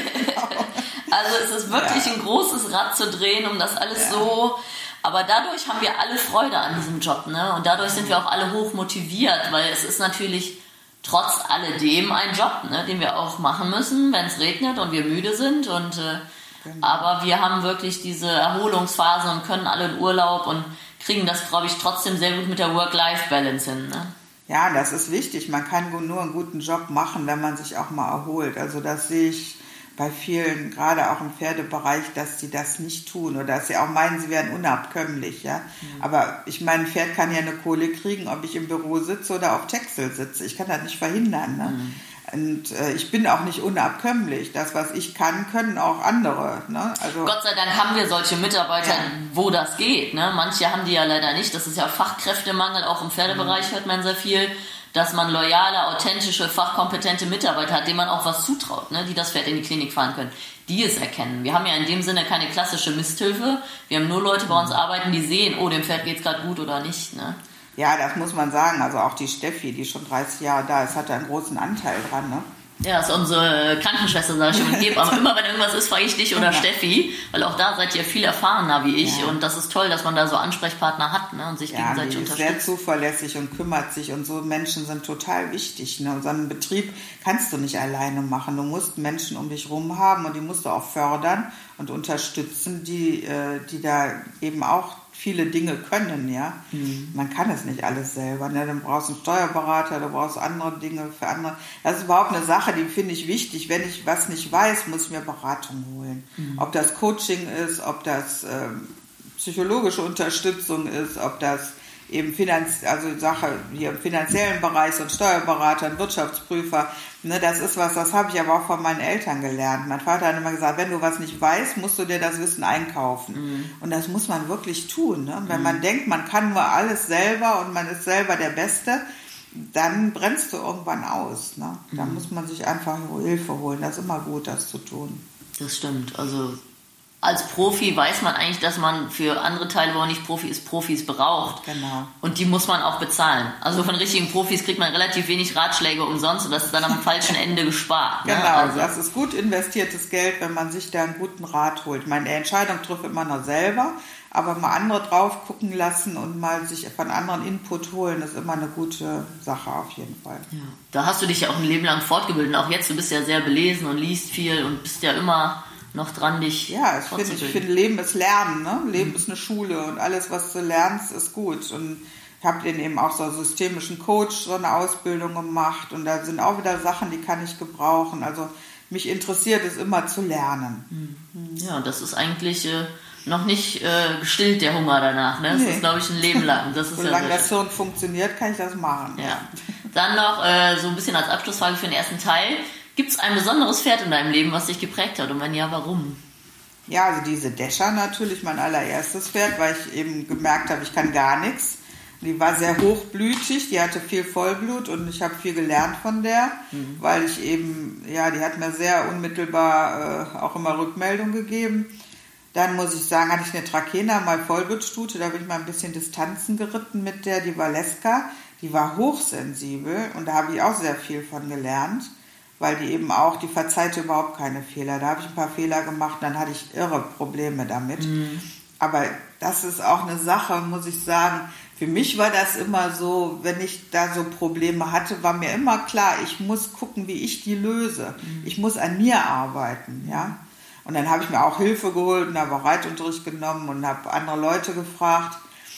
B: Also es ist wirklich ja. ein großes Rad zu drehen, um das alles ja. so... Aber dadurch haben wir alle Freude an diesem Job, ne? Und dadurch sind wir auch alle hoch motiviert, weil es ist natürlich trotz alledem ein Job, ne? Den wir auch machen müssen, wenn es regnet und wir müde sind. Und äh, genau. Aber wir haben wirklich diese Erholungsphase und können alle in Urlaub und kriegen das, glaube ich, trotzdem sehr gut mit der Work-Life-Balance hin, ne?
A: Ja, das ist wichtig. Man kann nur einen guten Job machen, wenn man sich auch mal erholt. Also das sehe ich bei vielen, gerade auch im Pferdebereich, dass sie das nicht tun oder dass sie auch meinen, sie wären unabkömmlich. Ja? Mhm. Aber ich meine, ein Pferd kann ja eine Kohle kriegen, ob ich im Büro sitze oder auf Texel sitze. Ich kann das nicht verhindern. Ne? Mhm. Und äh, ich bin auch nicht unabkömmlich. Das, was ich kann, können auch andere. Ne? Also,
B: Gott sei Dank haben wir solche Mitarbeiter, ja. wo das geht. Ne? Manche haben die ja leider nicht. Das ist ja Fachkräftemangel, auch im Pferdebereich mhm. hört man sehr viel, dass man loyale, authentische, fachkompetente Mitarbeiter hat, denen man auch was zutraut, ne, die das Pferd in die Klinik fahren können, die es erkennen. Wir haben ja in dem Sinne keine klassische Misthilfe. Wir haben nur Leute bei uns arbeiten, die sehen, oh, dem Pferd geht's gerade gut oder nicht. Ne?
A: Ja, das muss man sagen. Also auch die Steffi, die schon dreißig Jahre da ist, hat da einen großen Anteil dran. Ne?
B: Ja, das ist unsere Krankenschwester, sag ich und gebe. Aber immer, wenn irgendwas ist, frage ich dich oder ja. Steffi, weil auch da seid ihr viel erfahrener wie ich. Ja. Und das ist toll, dass man da so Ansprechpartner hat, ne, und sich
A: ja,
B: gegenseitig
A: die
B: unterstützt.
A: Ist sehr zuverlässig und kümmert sich. Und so Menschen sind total wichtig. Ne? So einen Betrieb kannst du nicht alleine machen. Du musst Menschen um dich rum haben und die musst du auch fördern und unterstützen, die, die da eben auch viele Dinge können, ja. Mhm. Man kann es nicht alles selber. Ne? Dann brauchst du einen Steuerberater, du brauchst andere Dinge für andere. Das ist überhaupt eine Sache, die finde ich wichtig. Wenn ich was nicht weiß, muss ich mir Beratung holen. Mhm. Ob das Coaching ist, ob das ähm, psychologische Unterstützung ist, ob das eben Finanz, also Sache hier im finanziellen Bereich, so ein Steuerberater, ein Wirtschaftsprüfer, ne, das ist was, das habe ich aber auch von meinen Eltern gelernt. Mein Vater hat immer gesagt, wenn du was nicht weißt, musst du dir das Wissen einkaufen. Mhm. Und das muss man wirklich tun. Ne? Wenn mhm. man denkt, man kann nur alles selber und man ist selber der Beste, dann brennst du irgendwann aus. Ne? Mhm. Da muss man sich einfach Hilfe holen. Das ist immer gut, das zu tun.
B: Das stimmt. Also als Profi weiß man eigentlich, dass man für andere Teile, wo man nicht Profi ist, Profis braucht.
A: Genau.
B: Und die muss man auch bezahlen. Also von richtigen Profis kriegt man relativ wenig Ratschläge umsonst und das ist dann am falschen Ende gespart.
A: Genau,
B: ne? Also
A: das ist gut investiertes Geld, wenn man sich da einen guten Rat holt. Ich meine, die Entscheidung trifft immer noch selber, aber mal andere drauf gucken lassen und mal sich von anderen Input holen, ist immer eine gute Sache auf jeden Fall.
B: Ja. Da hast du dich ja auch ein Leben lang fortgebildet. Auch jetzt, du bist ja sehr belesen und liest viel und bist ja immer noch dran, dich
A: Ja, ich finde, ich finde, Leben ist Lernen. Ne? Leben mhm. ist eine Schule und alles, was du lernst, ist gut. Und ich habe den eben auch so systemischen Coach, so eine Ausbildung gemacht und da sind auch wieder Sachen, die kann ich gebrauchen. Also mich interessiert es immer zu lernen.
B: Mhm. Ja, das ist eigentlich äh, noch nicht äh, gestillt, der Hunger danach. Ne? Das nee. ist, glaube ich, ein Leben lang. Das ist
A: Solange
B: ja
A: das Hirn funktioniert, kann ich das machen.
B: Ja. Dann noch äh, so ein bisschen als Abschlussfrage für den ersten Teil. Gibt es ein besonderes Pferd in deinem Leben, was dich geprägt hat? Und wenn ja, warum?
A: Ja, also diese Descher natürlich, mein allererstes Pferd, weil ich eben gemerkt habe, ich kann gar nichts. Die war sehr hochblütig, die hatte viel Vollblut und ich habe viel gelernt von der, mhm. weil ich eben, ja, die hat mir sehr unmittelbar äh, auch immer Rückmeldung gegeben. Dann muss ich sagen, hatte ich eine Trakehner, mal Vollblutstute, da bin ich mal ein bisschen Distanzen geritten mit der, die Valeska. Die war hochsensibel und da habe ich auch sehr viel von gelernt, weil die eben auch, die verzeiht überhaupt keine Fehler. Da habe ich ein paar Fehler gemacht, dann hatte ich irre Probleme damit. Mhm. Aber das ist auch eine Sache, muss ich sagen, für mich war das immer so, wenn ich da so Probleme hatte, war mir immer klar, ich muss gucken, wie ich die löse. Mhm. Ich muss an mir arbeiten, ja. Und dann habe ich mir auch Hilfe geholt und habe auch Reitunterricht genommen und habe andere Leute gefragt.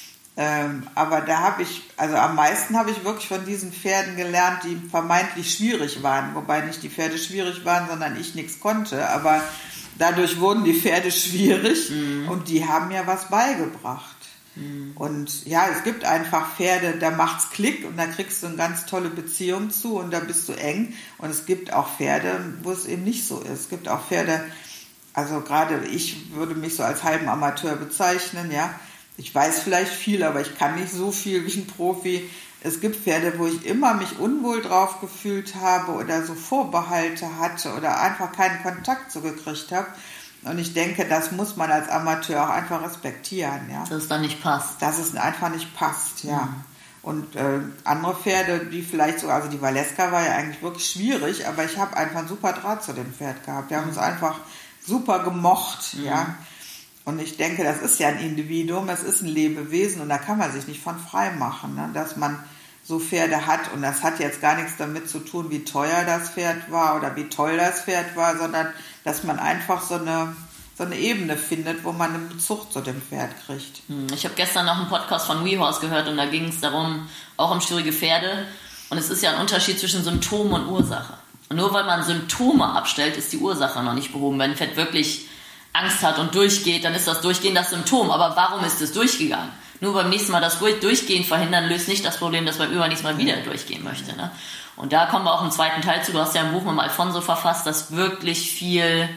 A: Ähm, aber da habe ich, also am meisten habe ich wirklich von diesen Pferden gelernt, die vermeintlich schwierig waren. Wobei nicht die Pferde schwierig waren, sondern ich nichts konnte. Aber dadurch wurden die Pferde schwierig mhm. und die haben mir was beigebracht. Mhm. Und ja, es gibt einfach Pferde, da macht's Klick und da kriegst du eine ganz tolle Beziehung zu und da bist du eng. Und es gibt auch Pferde, wo es eben nicht so ist. Es gibt auch Pferde, also gerade ich würde mich so als halben Amateur bezeichnen, ja. Ich weiß vielleicht viel, aber ich kann nicht so viel wie ein Profi. Es gibt Pferde, wo ich immer mich unwohl drauf gefühlt habe oder so Vorbehalte hatte oder einfach keinen Kontakt so gekriegt habe. Und ich denke, das muss man als Amateur auch einfach respektieren, ja.
B: Dass es dann nicht passt.
A: Dass es einfach nicht passt, ja.
B: Mhm.
A: Und äh, andere Pferde, die vielleicht so, also die Valeska war ja eigentlich wirklich schwierig, aber ich habe einfach einen super Draht zu dem Pferd gehabt. Wir haben uns einfach super gemocht, mhm. ja. Und ich denke, das ist ja ein Individuum, es ist ein Lebewesen und da kann man sich nicht von frei machen, ne? Dass man so Pferde hat. Und das hat jetzt gar nichts damit zu tun, wie teuer das Pferd war oder wie toll das Pferd war, sondern dass man einfach so eine, so eine Ebene findet, wo man einen Bezug zu dem Pferd kriegt.
B: Ich habe gestern noch einen Podcast von WeHorse gehört und da ging es darum, auch um schwierige Pferde. Und es ist ja ein Unterschied zwischen Symptom und Ursache. Und nur weil man Symptome abstellt, ist die Ursache noch nicht behoben. Wenn ein Pferd wirklich Angst hat und durchgeht, dann ist das Durchgehen das Symptom. Aber warum ist es durchgegangen? Nur beim nächsten Mal das Durchgehen verhindern, löst nicht das Problem, dass beim übernächsten Mal wieder durchgehen möchte. Ne? Und da kommen wir auch im zweiten Teil zu. Du hast ja ein Buch mit dem Alfonso verfasst, das wirklich viel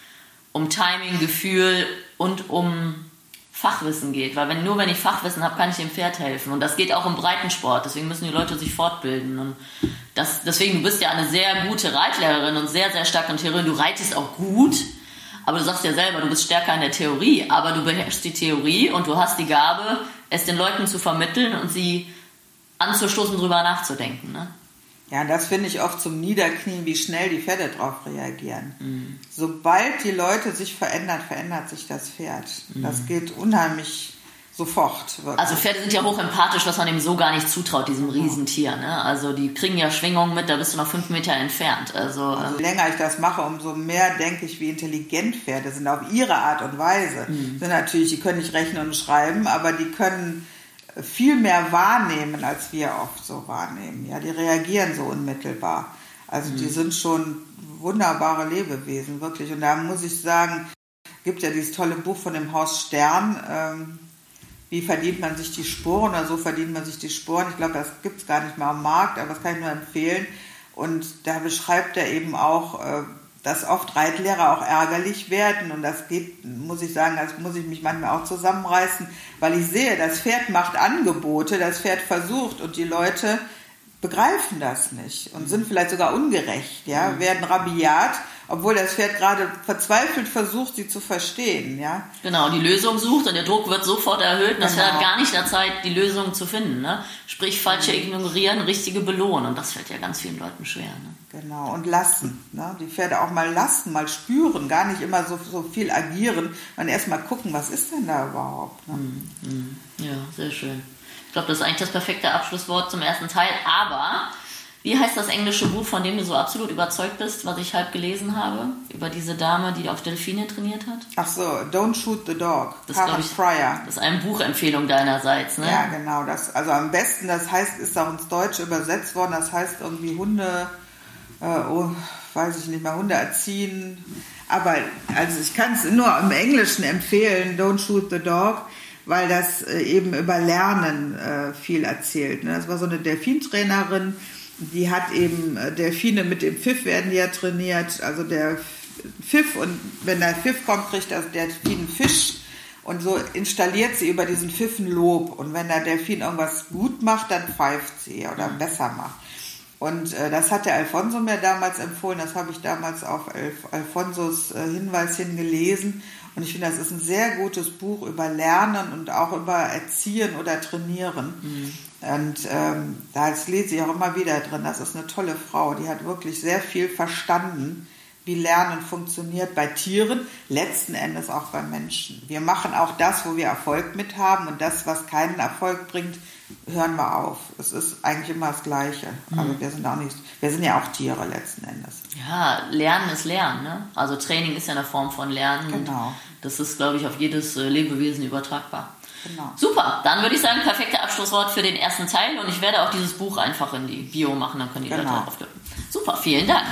B: um Timing, Gefühl und um Fachwissen geht. Weil wenn, nur wenn ich Fachwissen habe, kann ich dem Pferd helfen. Und das geht auch im Breitensport. Deswegen müssen die Leute sich fortbilden. Und das, deswegen, du bist ja eine sehr gute Reitlehrerin und sehr, sehr stark in Theorie. Du reitest auch gut. Aber du sagst ja selber, du bist stärker in der Theorie, aber du beherrschst die Theorie und du hast die Gabe, es den Leuten zu vermitteln und sie anzustoßen, drüber nachzudenken. Ne?
A: Ja, das finde ich oft zum Niederknien, wie schnell die Pferde darauf reagieren.
B: Mhm.
A: Sobald die Leute sich verändern, verändert sich das Pferd. Mhm. Das geht unheimlich sofort. Wirklich.
B: Also Pferde sind ja hochempathisch, was man dem so gar nicht zutraut, diesem Riesentier. Ne? Also die kriegen ja Schwingungen mit, da bist du noch fünf Meter entfernt. Also,
A: also je länger ich das mache, umso mehr denke ich, wie intelligent Pferde sind, auf ihre Art und Weise. Mhm. Sind natürlich, die können nicht rechnen und schreiben, aber die können viel mehr wahrnehmen, als wir oft so wahrnehmen. Ja, die reagieren so unmittelbar. Also mhm. die sind schon wunderbare Lebewesen, wirklich. Und da muss ich sagen, gibt ja dieses tolle Buch von dem Horst Stern, ähm, wie verdient man sich die Sporen oder so verdient man sich die Sporen. Ich glaube, das gibt es gar nicht mal am Markt, aber das kann ich nur empfehlen. Und da beschreibt er eben auch, dass oft Reitlehrer auch ärgerlich werden. Und das geht, muss ich sagen, das muss ich mich manchmal auch zusammenreißen, weil ich sehe, das Pferd macht Angebote, das Pferd versucht und die Leute begreifen das nicht und sind vielleicht sogar ungerecht, ja, werden rabiat, obwohl das Pferd gerade verzweifelt versucht, sie zu verstehen, ja.
B: Genau, die Lösung sucht und der Druck wird sofort erhöht und das
A: Genau.
B: Pferd hat gar nicht der Zeit, die Lösung zu finden, ne? Sprich, falsche ignorieren, richtige belohnen und das fällt ja ganz vielen Leuten schwer, ne?
A: Genau, und lassen, ne? Die Pferde auch mal lassen, mal spüren, gar nicht immer so, so viel agieren, und erst mal gucken, was ist denn da überhaupt, ne?
B: Mhm. Ja, sehr schön. Ich glaube, das ist eigentlich das perfekte Abschlusswort zum ersten Teil, aber wie heißt das englische Buch, von dem du so absolut überzeugt bist, was ich halb gelesen habe, über diese Dame, die auf Delfine trainiert hat?
A: Ach so, Don't Shoot the Dog,
B: das
A: Karen
B: ich,
A: Fryer.
B: Das ist eine Buchempfehlung deinerseits, ne?
A: Ja, genau, das, also am besten, das heißt, ist auch ins Deutsche übersetzt worden, das heißt irgendwie Hunde, äh, oh, weiß ich nicht mehr, Hunde erziehen, aber also ich kann es nur im Englischen empfehlen, Don't Shoot the Dog, weil das äh, eben über Lernen äh, viel erzählt. Ne? Das war so eine Delfintrainerin, die hat eben äh, Delfine mit dem Pfiff werden die ja trainiert, also der Pfiff, und wenn der Pfiff kommt, kriegt der Delfin einen Fisch und so installiert sie über diesen Pfiff ein Lob, und wenn der Delfin irgendwas gut macht, dann pfeift sie oder mhm. besser macht. Und äh, das hat der Alfonso mir damals empfohlen, das habe ich damals auf Alf- Alfonsos äh, Hinweis hin gelesen. Und ich finde, das ist ein sehr gutes Buch über Lernen und auch über Erziehen oder Trainieren. Mhm. Und ähm, das lese ich auch immer wieder drin. Das ist eine tolle Frau, die hat wirklich sehr viel verstanden, wie Lernen funktioniert bei Tieren, letzten Endes auch bei Menschen. Wir machen auch das, wo wir Erfolg mit haben, und das, was keinen Erfolg bringt, hören wir auf. Es ist eigentlich immer das Gleiche. Mhm. Aber wir sind auch nicht, wir sind ja auch Tiere letzten Endes.
B: Ja, Lernen ist Lernen, ne? Also Training ist ja eine Form von Lernen.
A: Genau.
B: Und das ist, glaube ich, auf jedes Lebewesen übertragbar.
A: Genau.
B: Super, dann würde ich sagen, perfekter Abschlusswort für den ersten Teil, und ich werde auch dieses Buch einfach in die Bio machen, dann können die
A: genau.
B: Leute drauf klicken. Super, vielen Dank.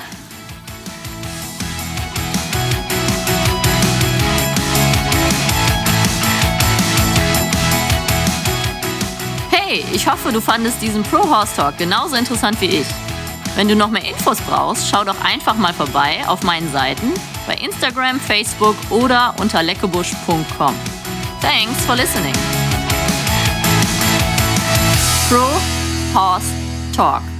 B: Hey, ich hoffe, du fandest diesen Pro Horse Talk genauso interessant wie ich. Wenn du noch mehr Infos brauchst, schau doch einfach mal vorbei auf meinen Seiten bei Instagram, Facebook oder unter leckebusch punkt com. Thanks for listening. Pro Horse Talk.